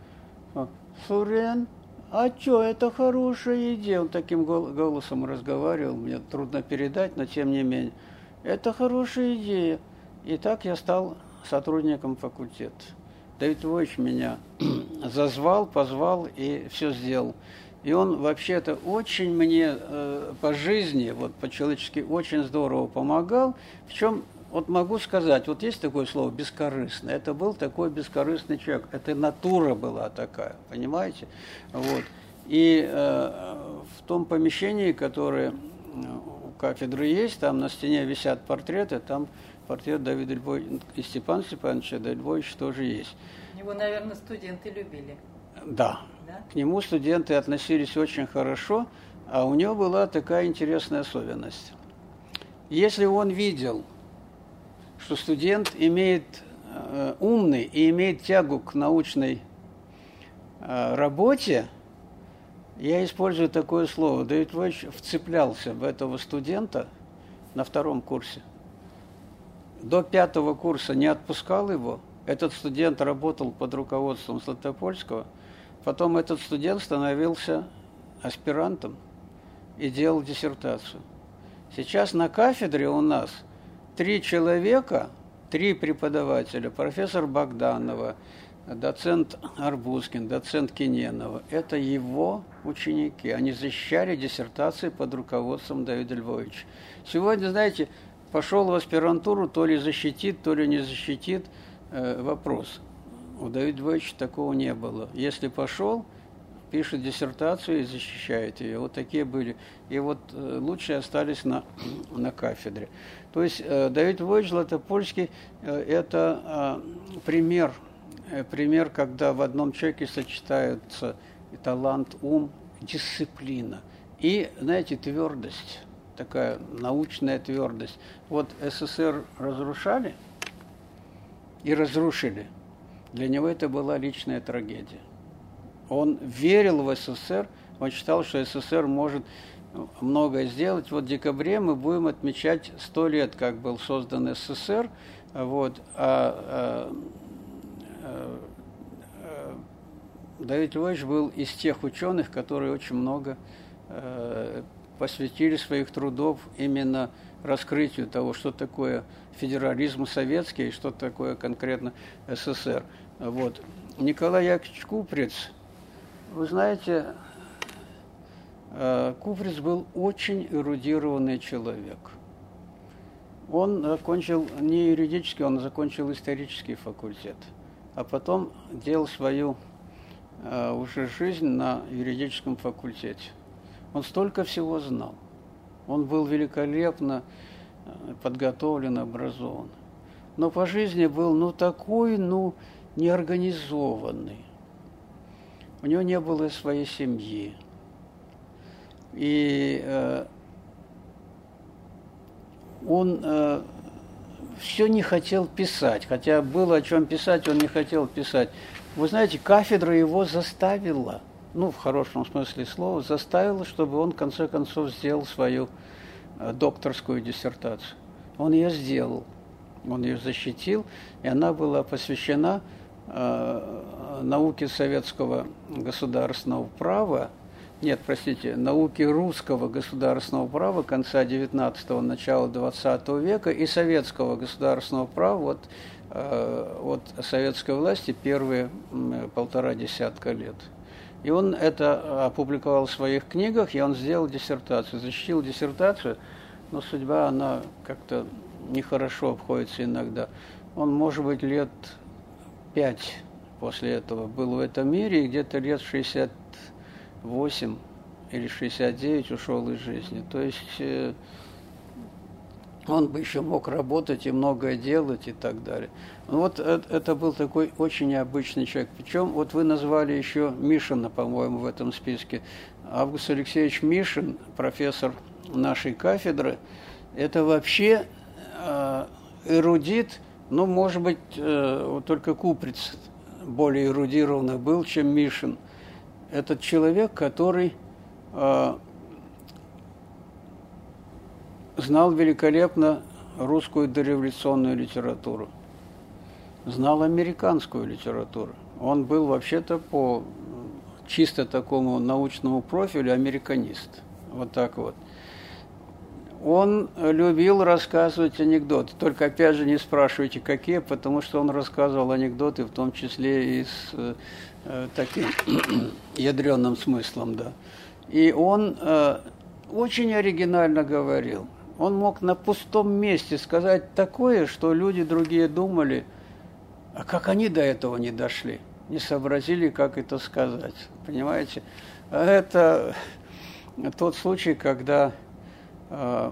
Сурен? А что, это хорошая идея. Он таким голосом разговаривал, мне трудно передать, но тем не менее. Это хорошая идея. И так я стал сотрудником факультета. Давид Львович меня зазвал, позвал и все сделал. И он вообще-то очень мне э, по жизни, вот по-человечески очень здорово помогал. В чем, вот могу сказать, вот есть такое слово «бескорыстный». Это был такой бескорыстный человек. Это натура была такая, понимаете? Вот. И э, в том помещении, которое у кафедры есть, там на стене висят портреты, там портрет Давида Львовича и Степана Степановича Давида Львовича тоже есть. Его, наверное, студенты любили. Да. Да. К нему студенты относились очень хорошо, а у него была такая интересная особенность. Если он видел, что студент имеет э, умный и имеет тягу к научной э, работе, я использую такое слово, Давид Львович вцеплялся в этого студента на втором курсе. До пятого курса не отпускал его. Этот студент работал под руководством Златопольского. Потом этот студент становился аспирантом и делал диссертацию. Сейчас на кафедре у нас три человека, три преподавателя, профессор Богданова, доцент Арбузкин, доцент Киненова. Это его ученики. Они защищали диссертации под руководством Давида Львовича. Сегодня, знаете, пошел в аспирантуру, то ли защитит, то ли не защитит э, вопрос. У Давида Львовича такого не было. Если пошел, пишет диссертацию и защищает ее. Вот такие были. И вот э, лучшие остались на, на кафедре. То есть э, Давид Львович Златопольский э, – это э, пример, э, пример, когда в одном человеке сочетаются и талант, ум, дисциплина и, знаете, твердость. Такая научная твердость. Вот СССР разрушали и разрушили. Для него это была личная трагедия. Он верил в СССР, он считал, что СССР может многое сделать. Вот в декабре мы будем отмечать сто лет, как был создан СССР. Вот. А, а, а, а, Давид Львович был из тех ученых, которые очень много а, посвятили своих трудов именно раскрытию того, что такое федерализм советский и что такое конкретно СССР. Вот. Николай Яковлевич Куприц, вы знаете, Куприц был очень эрудированный человек. Он закончил не юридический, он закончил исторический факультет, а потом делал свою уже жизнь на юридическом факультете. Он столько всего знал. Он был великолепно подготовлен, образован. Но по жизни был, ну, такой, ну, неорганизованный. У него не было своей семьи. И э, он э, все не хотел писать. Хотя было о чем писать, он не хотел писать. Вы знаете, кафедра его заставила, ну, в хорошем смысле слова, заставила, чтобы он, в конце концов, сделал свою э, докторскую диссертацию. Он ее сделал, он ее защитил, и она была посвящена э, науке советского государственного права, нет, простите, науке русского государственного права конца девятнадцатого, начала двадцатого века и советского государственного права вот, э, от советской власти первые э, полтора десятка лет. И он это опубликовал в своих книгах, и он сделал диссертацию, защитил диссертацию, но судьба, она как-то нехорошо обходится иногда. Он, может быть, лет пять после этого был в этом мире, и где-то лет шестьдесят восемь или шестьдесят девять ушел из жизни. То есть э, он бы еще мог работать и многое делать и так далее. Вот это, это был такой очень необычный человек. Причем вот вы назвали еще Мишина, по-моему, в этом списке. Август Алексеевич Мишин, профессор нашей кафедры, это вообще э, эрудит, ну, может быть, э, вот только Куприц более эрудированный был, чем Мишин. Этот человек, который э, знал великолепно русскую дореволюционную литературу, знал американскую литературу. Он был вообще-то по чисто такому научному профилю американист. Вот так вот. Он любил рассказывать анекдоты. Только, опять же, не спрашивайте, какие, потому что он рассказывал анекдоты, в том числе и с э, таким ядреным смыслом, да. И он э, очень оригинально говорил. Он мог на пустом месте сказать такое, что люди другие думали, а как они до этого не дошли, не сообразили, как это сказать. Понимаете? Это тот случай, когда, э,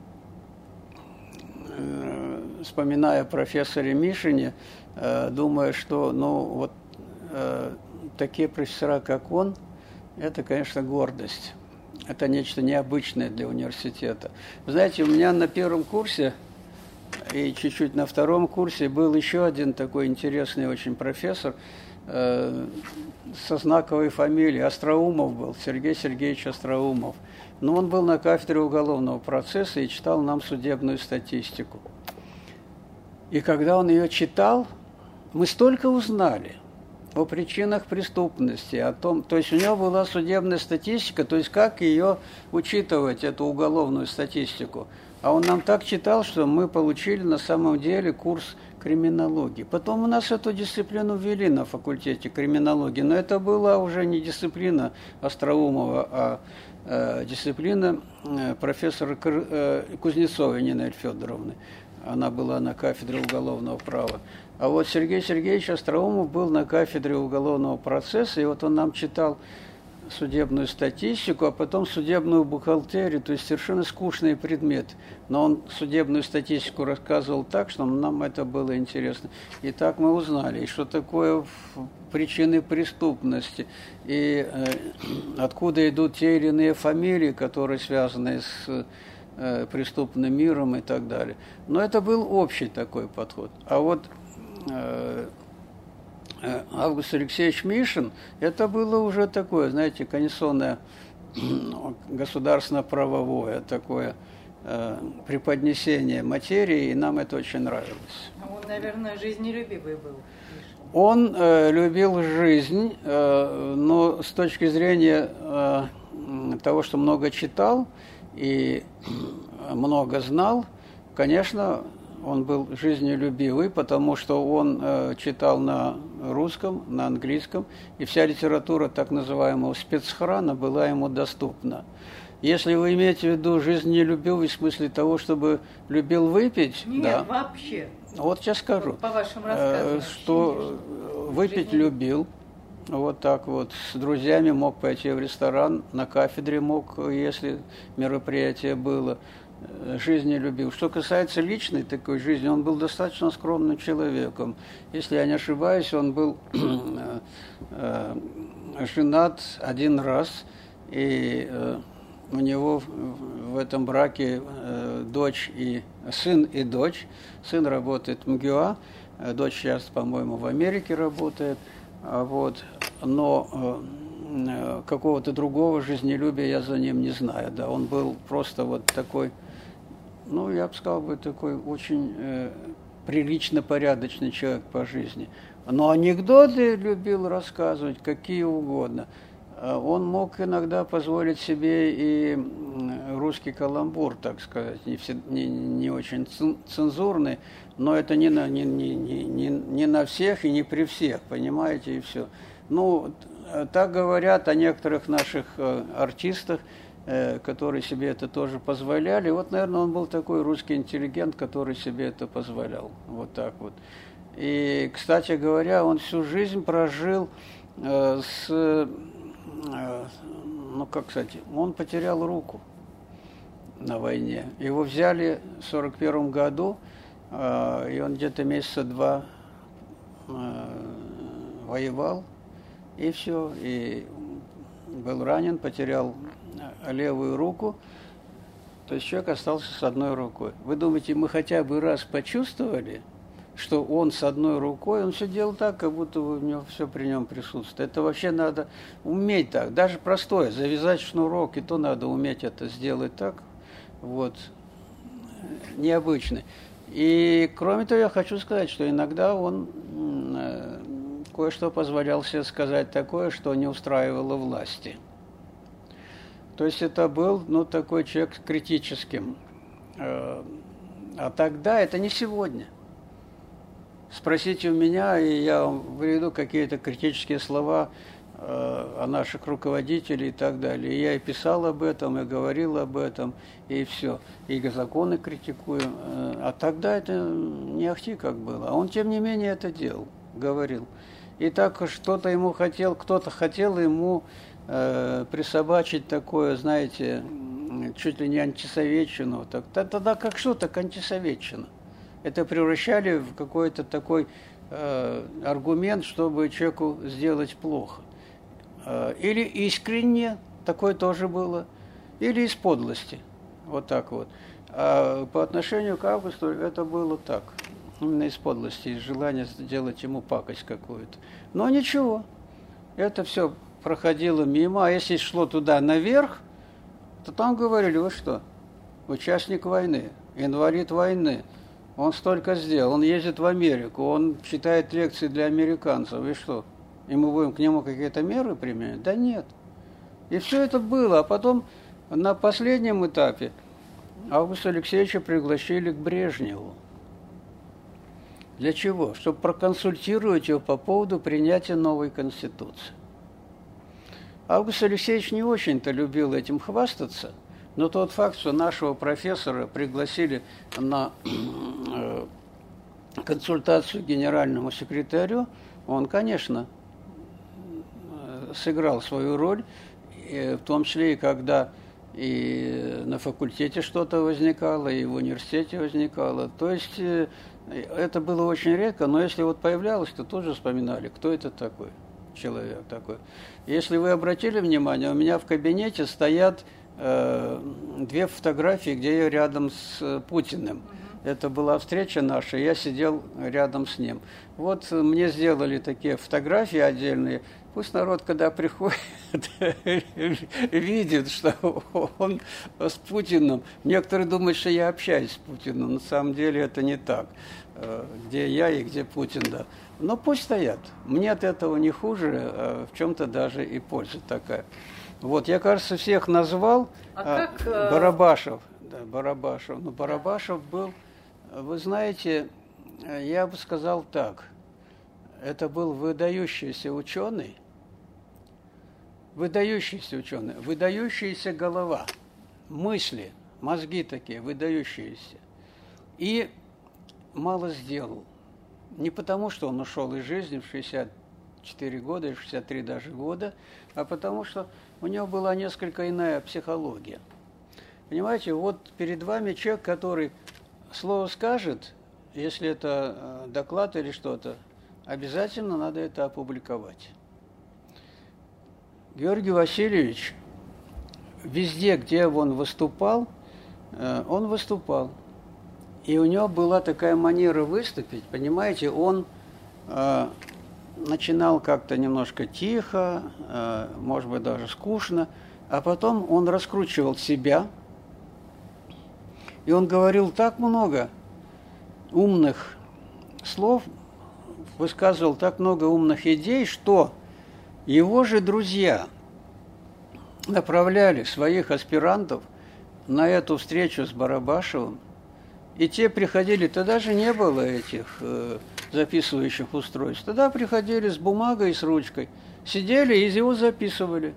э, вспоминая о профессоре Мишине, э, думая, что ну, вот, э, такие профессора, как он, это, конечно, гордость. Это нечто необычное для университета. Вы знаете, у меня на первом курсе и чуть-чуть на втором курсе был еще один такой интересный очень профессор э, со знаковой фамилией. Остроумов был, Сергей Сергеевич Остроумов. Но он был на кафедре уголовного процесса и читал нам судебную статистику. И когда он ее читал, мы столько узнали о причинах преступности, о том, то есть у него была судебная статистика, то есть как ее учитывать, эту уголовную статистику. А он нам так читал, что мы получили на самом деле курс криминологии. Потом у нас эту дисциплину ввели на факультете криминологии, но это была уже не дисциплина Остроумова, а э, дисциплина э, профессора э, Кузнецовой Нины Федоровны. Она была на кафедре уголовного права. А вот Сергей Сергеевич Остроумов был на кафедре уголовного процесса, и вот он нам читал судебную статистику, а потом судебную бухгалтерию, то есть совершенно скучный предмет. Но он судебную статистику рассказывал так, что нам это было интересно. И так мы узнали, и что такое причины преступности, и э, откуда идут те или иные фамилии, которые связаны с э, преступным миром и так далее. Но это был общий такой подход. А вот Август Алексеевич Мишин, это было уже такое, знаете, конституционное, государственно-правовое такое э, преподнесение материи, и нам это очень нравилось. Он, наверное, жизнелюбивый был. Он э, любил жизнь, э, но с точки зрения э, того, что много читал и много знал, конечно, он был жизнелюбивый, потому что он э, читал на русском, на английском, и вся литература так называемого спецхрана была ему доступна. Если вы имеете в виду жизнелюбивый в смысле того, чтобы любил выпить, нет, да. вообще. Вот сейчас скажу, по вашим рассказам, э, что выпить любил. Вот так вот. С друзьями мог пойти в ресторан, на кафедре мог, если мероприятие было. Жизни любил. Что касается личной такой жизни, он был достаточно скромным человеком. Если я не ошибаюсь, он был женат один раз, и у него в этом браке дочь и сын и дочь. Сын работает в МГУА, дочь сейчас, по-моему, в Америке работает. Вот. Но какого-то другого жизнелюбия я за ним не знаю. Да, он был просто вот такой, ну, я бы сказал, бы, такой очень э, прилично порядочный человек по жизни. Но анекдоты любил рассказывать, какие угодно. Он мог иногда позволить себе и русский каламбур, так сказать, не, все, не, не очень цензурный, но это не на, не, не, не, не на всех и не при всех, понимаете, и все. Ну, так говорят о некоторых наших артистах, которые себе это тоже позволяли. Вот, наверное, он был такой русский интеллигент, который себе это позволял. Вот так вот. И, кстати говоря, он всю жизнь прожил э, с ну как сказать, он потерял руку на войне. Его взяли в сорок первом году, и он где-то месяца два воевал, и все, и был ранен, потерял левую руку, то есть человек остался с одной рукой. Вы думаете, мы хотя бы раз почувствовали, что он с одной рукой, он все делал так, как будто у него все при нем присутствует. Это вообще надо уметь так, даже простое, завязать шнурок, и то надо уметь это сделать так, вот, необычно. И кроме того, я хочу сказать, что иногда он э, кое-что позволял себе сказать такое, что не устраивало власти. То есть это был, ну, такой человек критическим. Э, а тогда это не сегодня. Спросите у меня, и я вам приведу какие-то критические слова э, о наших руководителей и так далее. И я и писал об этом, и говорил об этом, и все. И законы критикую. А тогда это не ахти как было. А он, тем не менее, это делал, говорил. И так что-то ему хотел, кто-то хотел ему э, присобачить такое, знаете, чуть ли не антисоветчину. Так, тогда как что, так антисоветчина. Это превращали в какой-то такой э, аргумент, чтобы человеку сделать плохо. Э, или искренне, такое тоже было, или из подлости. Вот так вот. А по отношению к Августу это было так. Именно из подлости, из желания сделать ему пакость какую-то. Но ничего. Это все проходило мимо. А если шло туда наверх, то там говорили, вы что, участник войны, инвалид войны. Он столько сделал, он ездит в Америку, он читает лекции для американцев, и что? И мы будем к нему какие-то меры применять? Да нет. И все это было. А потом на последнем этапе Августа Алексеевича пригласили к Брежневу. Для чего? Чтобы проконсультировать его по поводу принятия новой Конституции. Август Алексеевич не очень-то любил этим хвастаться, но тот факт, что нашего профессора пригласили на консультацию к генеральному секретарю, он, конечно, сыграл свою роль, в том числе и когда и на факультете что-то возникало, и в университете возникало. То есть это было очень редко, но если вот появлялось, то тоже вспоминали, кто это такой человек такой. Если вы обратили внимание, у меня в кабинете стоят э, две фотографии, где я рядом с Путиным. Это была встреча наша, я сидел рядом с ним. Вот мне сделали такие фотографии отдельные. Пусть народ, когда приходит, видит, что он с Путиным. Некоторые думают, что я общаюсь с Путиным. На самом деле это не так. Где я и где Путин, да. Но пусть стоят. Мне от этого не хуже, а в чем-то даже и польза такая. Вот, я, кажется, всех назвал. А как... Барабашев. Да, Барабашев. Но Барабашев был, вы знаете, я бы сказал так. Это был выдающийся ученый, выдающийся ученый, выдающаяся голова, мысли, мозги такие, выдающиеся. И мало сделал. Не потому, что он ушел из жизни в шестьдесят четыре года, в шестьдесят три даже года, а потому, что у него была несколько иная психология. Понимаете, вот перед вами человек, который слово скажет, если это доклад или что-то, обязательно надо это опубликовать. Георгий Васильевич, везде, где он выступал, он выступал. И у него была такая манера выступить, понимаете, он э, начинал как-то немножко тихо, э, может быть, даже скучно, а потом он раскручивал себя, и он говорил так много умных слов, высказывал так много умных идей, что его же друзья направляли своих аспирантов на эту встречу с Барабашевым, и те приходили, тогда же не было этих э, записывающих устройств, тогда приходили с бумагой и с ручкой, сидели и из его записывали,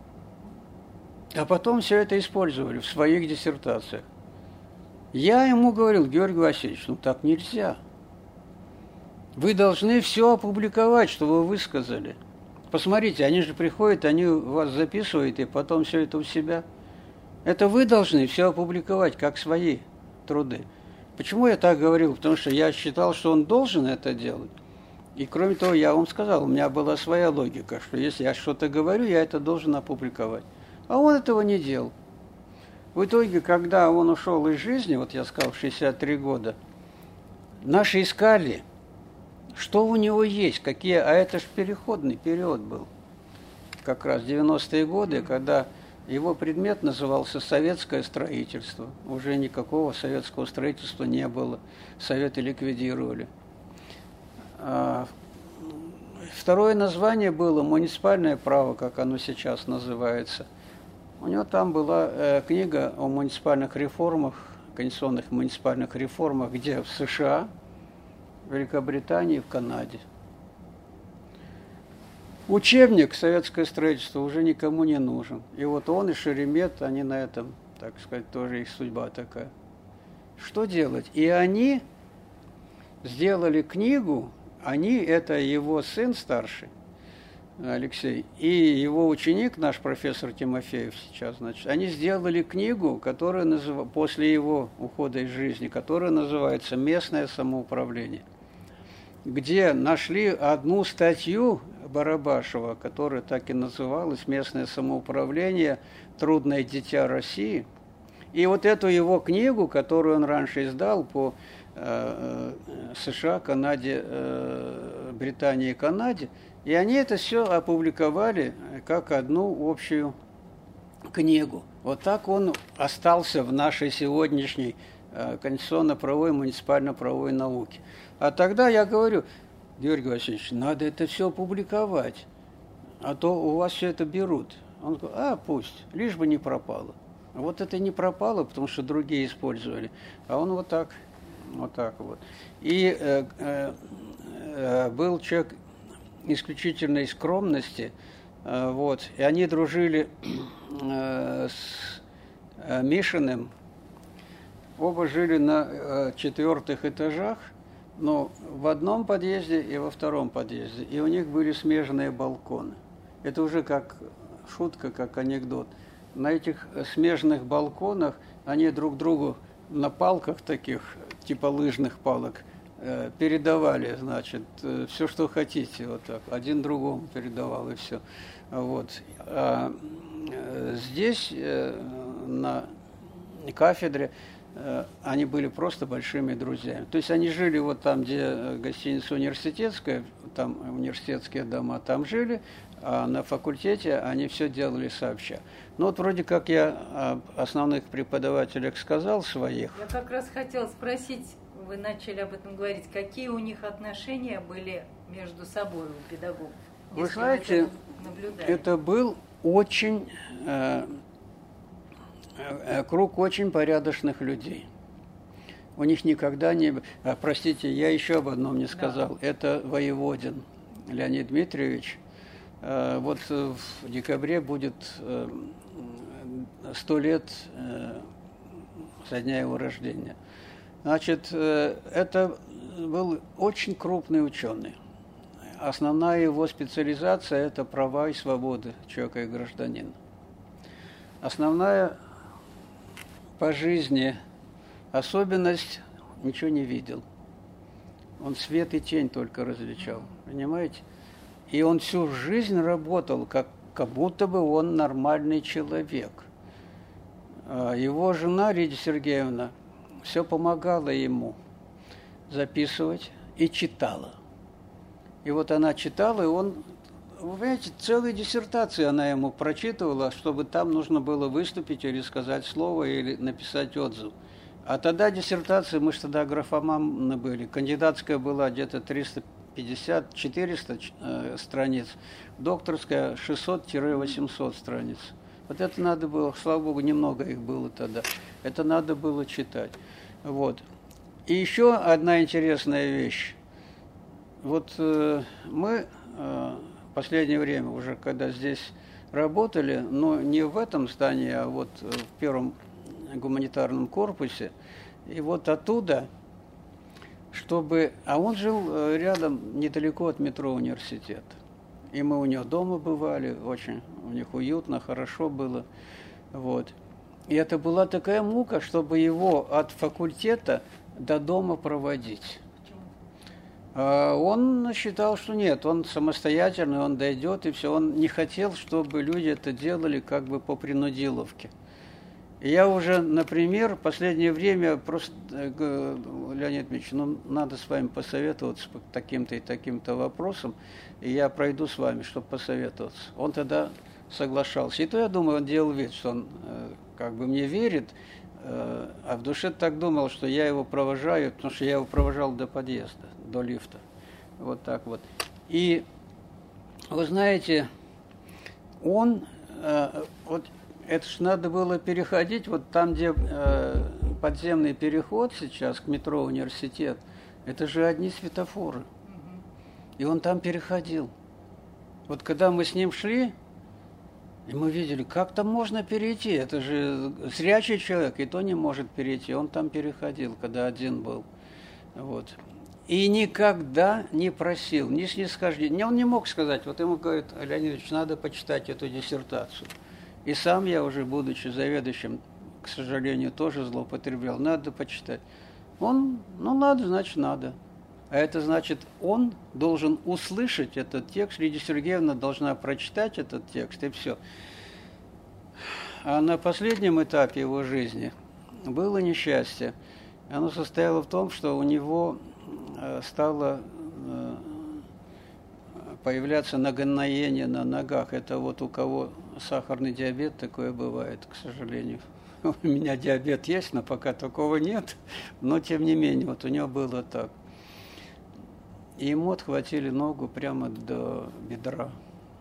а потом все это использовали в своих диссертациях. Я ему говорил, Георгий Васильевич, ну так нельзя. Вы должны все опубликовать, что вы высказали. Посмотрите, они же приходят, они вас записывают, и потом все это у себя. Это вы должны все опубликовать, как свои труды. Почему я так говорил? Потому что я считал, что он должен это делать. И кроме того, я вам сказал, у меня была своя логика, что если я что-то говорю, я это должен опубликовать. А он этого не делал. В итоге, когда он ушел из жизни, вот я сказал, в шестьдесят три года, наши искали, что у него есть, какие, а это же переходный период был. Как раз девяностые годы, когда его предмет назывался «Советское строительство». Уже никакого советского строительства не было. Советы ликвидировали. Второе название было «Муниципальное право», как оно сейчас называется. У него там была э, книга о муниципальных реформах, конституционных муниципальных реформах, где в США, в Великобритании, в Канаде. Учебник «Советское строительство» уже никому не нужен. И вот он и Шеремет, они на этом, так сказать, тоже их судьба такая. Что делать? И они сделали книгу, они, это его сын старший, Алексей, и его ученик, наш профессор Тимофеев сейчас, значит, они сделали книгу, которая назыв... после его ухода из жизни, которая называется «Местное самоуправление», где нашли одну статью Барабашева, которая так и называлась «Местное самоуправление. Трудное дитя России». И вот эту его книгу, которую он раньше издал по э, США, Канаде, э, Британии и Канаде, и они это все опубликовали как одну общую книгу. Вот так он остался в нашей сегодняшней э, конституционно-правовой, муниципально-правовой науке. А тогда я говорю, Георгий Васильевич, надо это все опубликовать, а то у вас все это берут. Он говорит, а пусть, лишь бы не пропало. А вот это не пропало, потому что другие использовали. А он вот так, вот так вот. И э, э, э, был человек исключительной скромности, э, вот, и они дружили э, с э, Мишиным, оба жили на э, четвертых этажах, но в одном подъезде и во втором подъезде, и у них были смежные балконы. Это уже как шутка, как анекдот. На этих смежных балконах они друг другу на палках таких, типа лыжных палок, передавали, значит, все, что хотите, вот так, один другому передавал, и все. Вот. А здесь, на кафедре, они были просто большими друзьями. То есть они жили вот там, где гостиница университетская, там университетские дома, там жили, а на факультете они все делали сообща. Ну вот вроде как я о основных преподавателях сказал своих. Я как раз хотела спросить, вы начали об этом говорить, какие у них отношения были между собой у педагогов? Вы знаете, вы это был очень... Э, круг очень порядочных людей. У них никогда не... А, простите, я еще об одном не сказал. Да. Это Воеводин Леонид Дмитриевич. А, вот в декабре будет сто лет со дня его рождения. Значит, это был очень крупный ученый. Основная его специализация – это права и свободы человека и гражданина. Основная по жизни особенность – ничего не видел. Он свет и тень только различал, понимаете? И он всю жизнь работал, как, как будто бы он нормальный человек. Его жена Лидия Сергеевна все помогала ему записывать и читала. И вот она читала, и он, вы понимаете, целые диссертации она ему прочитывала, чтобы там нужно было выступить или сказать слово, или написать отзыв. А тогда диссертации, мы же тогда графоманы были, кандидатская была где-то триста пятьдесят - четыреста э, страниц, докторская шестьсот - восемьсот страниц. Вот это надо было, слава богу, немного их было тогда, это надо было читать. Вот. И еще одна интересная вещь. Вот э, мы э, в последнее время уже, когда здесь работали, но не в этом здании, а вот в первом гуманитарном корпусе, и вот оттуда, чтобы... А он жил рядом, недалеко от метро Университета. И мы у него дома бывали, очень у них уютно, хорошо было. Вот. И это была такая мука, чтобы его от факультета до дома проводить. А он считал, что нет, он самостоятельный, он дойдет, и все. Он не хотел, чтобы люди это делали как бы по принудиловке. И я уже, например, в последнее время просто говорю: Леонид Ильич, ну надо с вами посоветоваться по таким-то и таким-то вопросам, и я пройду с вами, чтобы посоветоваться. Он тогда соглашался. И то, я думаю, он делал вид, что он э, как бы мне верит, э, а в душе так думал, что я его провожаю, потому что я его провожал до подъезда, до лифта. Вот так вот. И вы знаете, он, э, вот это ж надо было переходить, вот там, где э, подземный переход сейчас к метро Университет, это же одни светофоры. И он там переходил. Вот когда мы с ним шли, и мы видели, как там можно перейти, это же зрячий человек, и то не может перейти. Он там переходил, когда один был. Вот. И никогда не просил, ни снисхождения. Он не мог сказать, вот ему говорит: Леонид Ильич, надо почитать эту диссертацию. И сам я уже, будучи заведующим, к сожалению, тоже злоупотреблял. Надо почитать. Он, ну надо, значит надо. А это значит, он должен услышать этот текст, Лидия Сергеевна должна прочитать этот текст, и все. А на последнем этапе его жизни было несчастье. Оно состояло в том, что у него стало появляться нагноение на ногах. Это вот у кого сахарный диабет, такое бывает, к сожалению. У меня диабет есть, но пока такого нет. Но тем не менее, вот у него было так. И ему отхватили ногу прямо до бедра.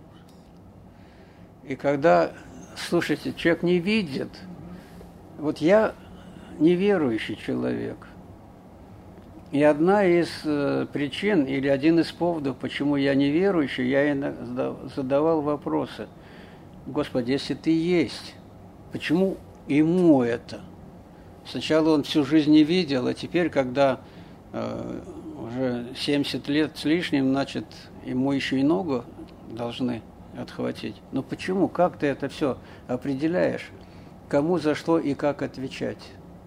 И когда, слушайте, человек не видит, вот я неверующий человек. И одна из э, причин, или один из поводов, почему я неверующий, я иногда задавал вопросы: Господи, если ты есть, почему ему это? Сначала он всю жизнь не видел, а теперь, когда э, уже семьдесят лет с лишним, значит, ему еще и ногу должны отхватить. Но почему? Как ты это все определяешь? Кому, за что и как отвечать?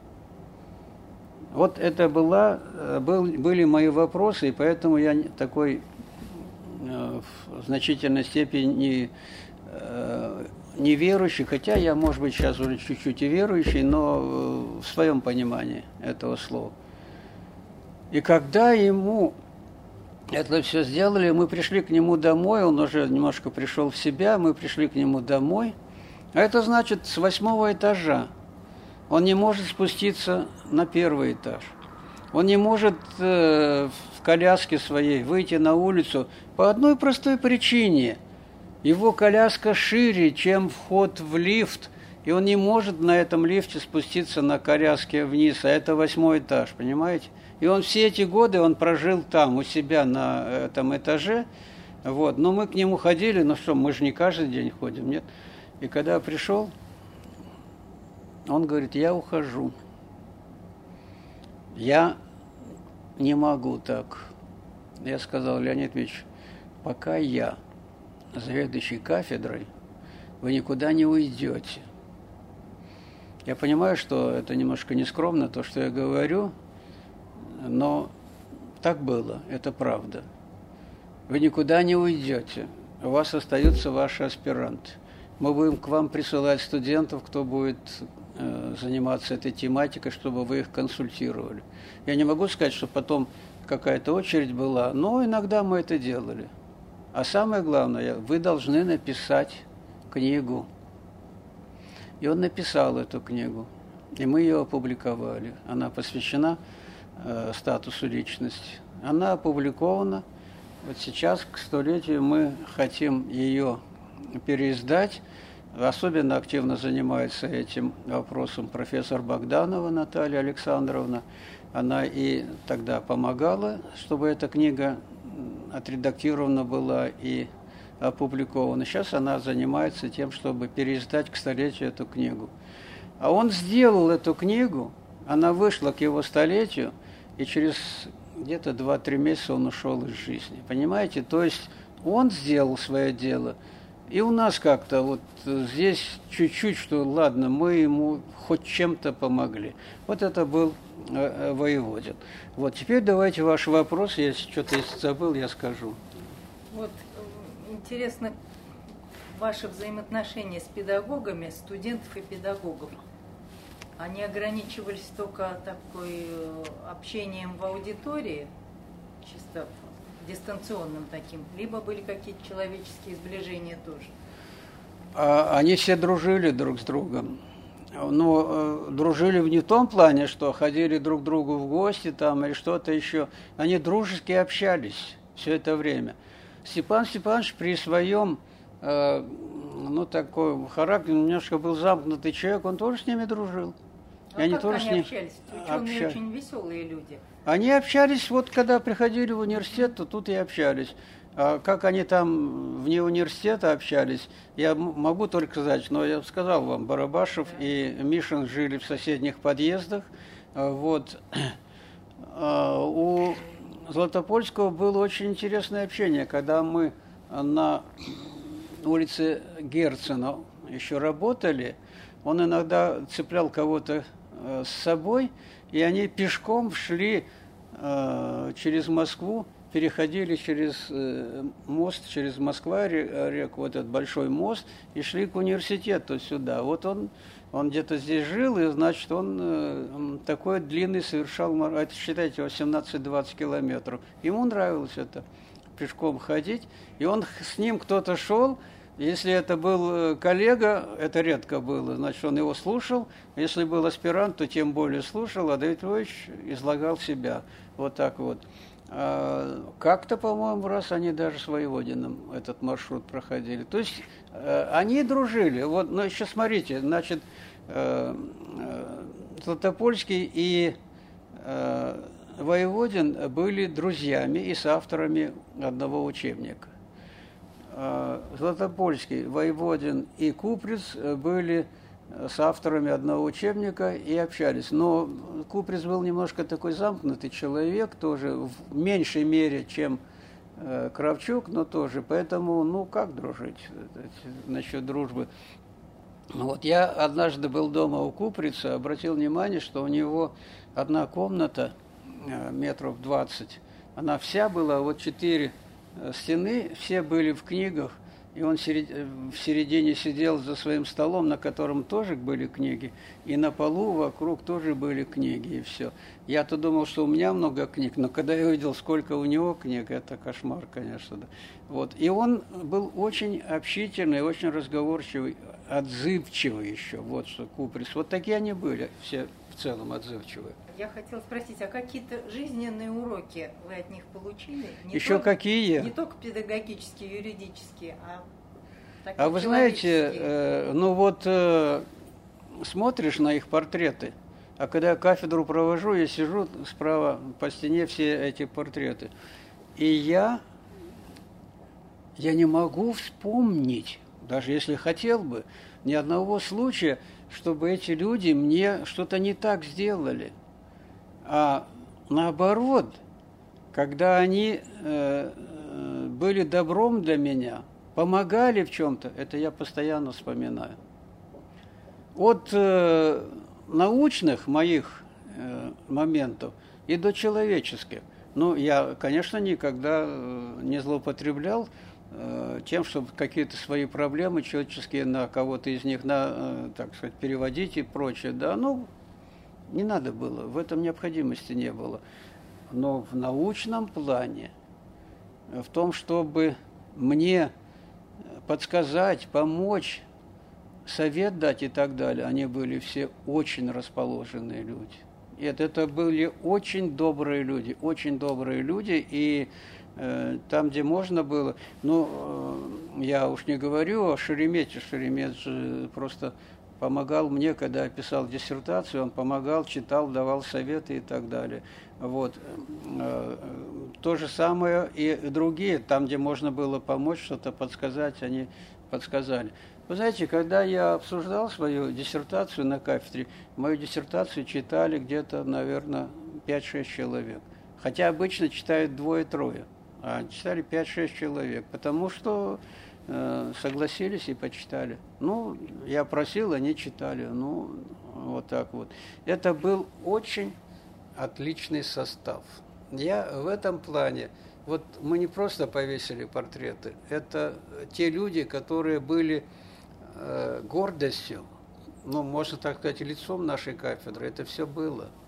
Вот это была, был, были мои вопросы, и поэтому я такой э, в значительной степени не, э, не верующий, хотя я, может быть, сейчас уже чуть-чуть и верующий, но в своем понимании этого слова. И когда ему это все сделали, мы пришли к нему домой, он уже немножко пришел в себя, мы пришли к нему домой, а это значит с восьмого этажа. Он не может спуститься на первый этаж. Он не может э, в коляске своей выйти на улицу по одной простой причине. Его коляска шире, чем вход в лифт, и он не может на этом лифте спуститься на коляске вниз, а это восьмой этаж, понимаете? И он все эти годы он прожил там, у себя на этом этаже. Вот. Но мы к нему ходили, ну что, мы же не каждый день ходим, нет? И когда пришел, он говорит: я ухожу. Я не могу так. Я сказал: Леонид Ильич, пока я заведующий кафедрой, вы никуда не уйдете. Я понимаю, что это немножко нескромно, то, что я говорю, но так было, это правда. Вы никуда не уйдете, у вас остаются ваши аспиранты. Мы будем к вам присылать студентов, кто будет э, заниматься этой тематикой, чтобы вы их консультировали. Я не могу сказать, что потом какая-то очередь была, но иногда мы это делали. А самое главное, вы должны написать книгу. И он написал эту книгу, и мы ее опубликовали. Она посвящена э, статусу личности. Она опубликована. Вот сейчас, к столетию, мы хотим ее переиздать. Особенно активно занимается этим вопросом профессор Богданова Наталья Александровна. Она и тогда помогала, чтобы эта книга отредактирована была и опубликована. Сейчас она занимается тем, чтобы переиздать к столетию эту книгу. А он сделал эту книгу, она вышла к его столетию, и через где-то два-три месяца он ушел из жизни. Понимаете? То есть он сделал свое дело. И у нас как-то вот здесь чуть-чуть, что ладно, мы ему хоть чем-то помогли. Вот это был э, Воеводин. Вот теперь давайте ваш вопрос, если что-то если забыл, я скажу. Вот интересно ваши взаимоотношения с педагогами, студентов и педагогов. Они ограничивались только такой общением в аудитории, чисто дистанционным таким, либо были какие-то человеческие сближения тоже? А, они все дружили друг с другом. Но э, дружили в не том плане, что ходили друг к другу в гости там или что-то еще. Они дружески общались все это время. Степан Степанович при своем, э, ну, такой характер, немножко был замкнутый человек, он тоже с ними дружил. А они как тоже они с ним общались? Ученые общались. Очень веселые люди. Они общались, вот когда приходили в университет, то тут и общались. А как они там вне университета общались, я могу только сказать, но я сказал вам, Барабашев да. и Мишин жили в соседних подъездах. Вот. У Златопольского было очень интересное общение, когда мы на улице Герцена еще работали, он иногда цеплял кого-то с собой, и они пешком шли э, через Москву, переходили через э, мост, через Москва-реку, вот этот большой мост, и шли к университету сюда. Вот он, он где-то здесь жил, и, значит, он э, такой длинный совершал, это, считайте, восемнадцать-двадцать километров. Ему нравилось это, пешком ходить, и он с ним кто-то шел. Если это был коллега, это редко было, значит, он его слушал. Если был аспирант, то тем более слушал, а Давид Львович излагал себя. Вот так вот. А как-то, по-моему, раз они даже с Воеводиным этот маршрут проходили. То есть они дружили. Вот, но еще смотрите, значит, Златопольский и Воеводин были друзьями и соавторами одного учебника. Златопольский, Воеводин и Куприц были соавторами одного учебника и общались. Но Куприц был немножко такой замкнутый человек, тоже в меньшей мере, чем Кравчук, но тоже. Поэтому, ну, как дружить насчет дружбы? Вот я однажды был дома у Куприца, обратил внимание, что у него одна комната, метров двадцать, она вся была, вот четыре стены, все были в книгах, и он в середине сидел за своим столом, на котором тоже были книги, и на полу вокруг тоже были книги, и все. Я-то думал, что у меня много книг, но когда я увидел, сколько у него книг, это кошмар, конечно. Да. Вот. И он был очень общительный, очень разговорчивый, отзывчивый еще, вот что Куприц. Вот такие они были, все в целом отзывчивые. Я хотела спросить, а какие-то жизненные уроки вы от них получили? Не Еще только, какие? Не только педагогические, юридические, а такие А вы знаете, э, ну вот э, смотришь на их портреты, а когда я кафедру провожу, я сижу справа по стене все эти портреты, и я, я не могу вспомнить, даже если хотел бы, ни одного случая, чтобы эти люди мне что-то не так сделали. А наоборот, когда они э, были добром для меня, помогали в чем-то, это я постоянно вспоминаю. От э, научных моих э, моментов и до человеческих. Ну, я, конечно, никогда не злоупотреблял э, тем, чтобы какие-то свои проблемы человеческие на кого-то из них, на, э, так сказать, переводить и прочее. Да, ну, не надо было, в этом необходимости не было. Но в научном плане, в том, чтобы мне подсказать, помочь, совет дать и так далее, они были все очень расположенные люди. И это, это были очень добрые люди, очень добрые люди, и э, там, где можно было, ну, э, я уж не говорю о Шеремете, Шеремет же просто помогал мне, когда я писал диссертацию, он помогал, читал, давал советы и так далее. Вот. То же самое и другие, там, где можно было помочь, что-то подсказать, они подсказали. Вы знаете, когда я обсуждал свою диссертацию на кафедре, мою диссертацию читали где-то, наверное, пять-шесть человек. Хотя обычно читают двое-трое. а читали пять-шесть человек, потому что э, согласились и почитали. Ну, я просил, они читали. Ну, вот так вот. Это был очень отличный состав. Я в этом плане, вот мы не просто повесили портреты, это те люди, которые были э, гордостью, ну, можно так сказать, лицом нашей кафедры, это все было.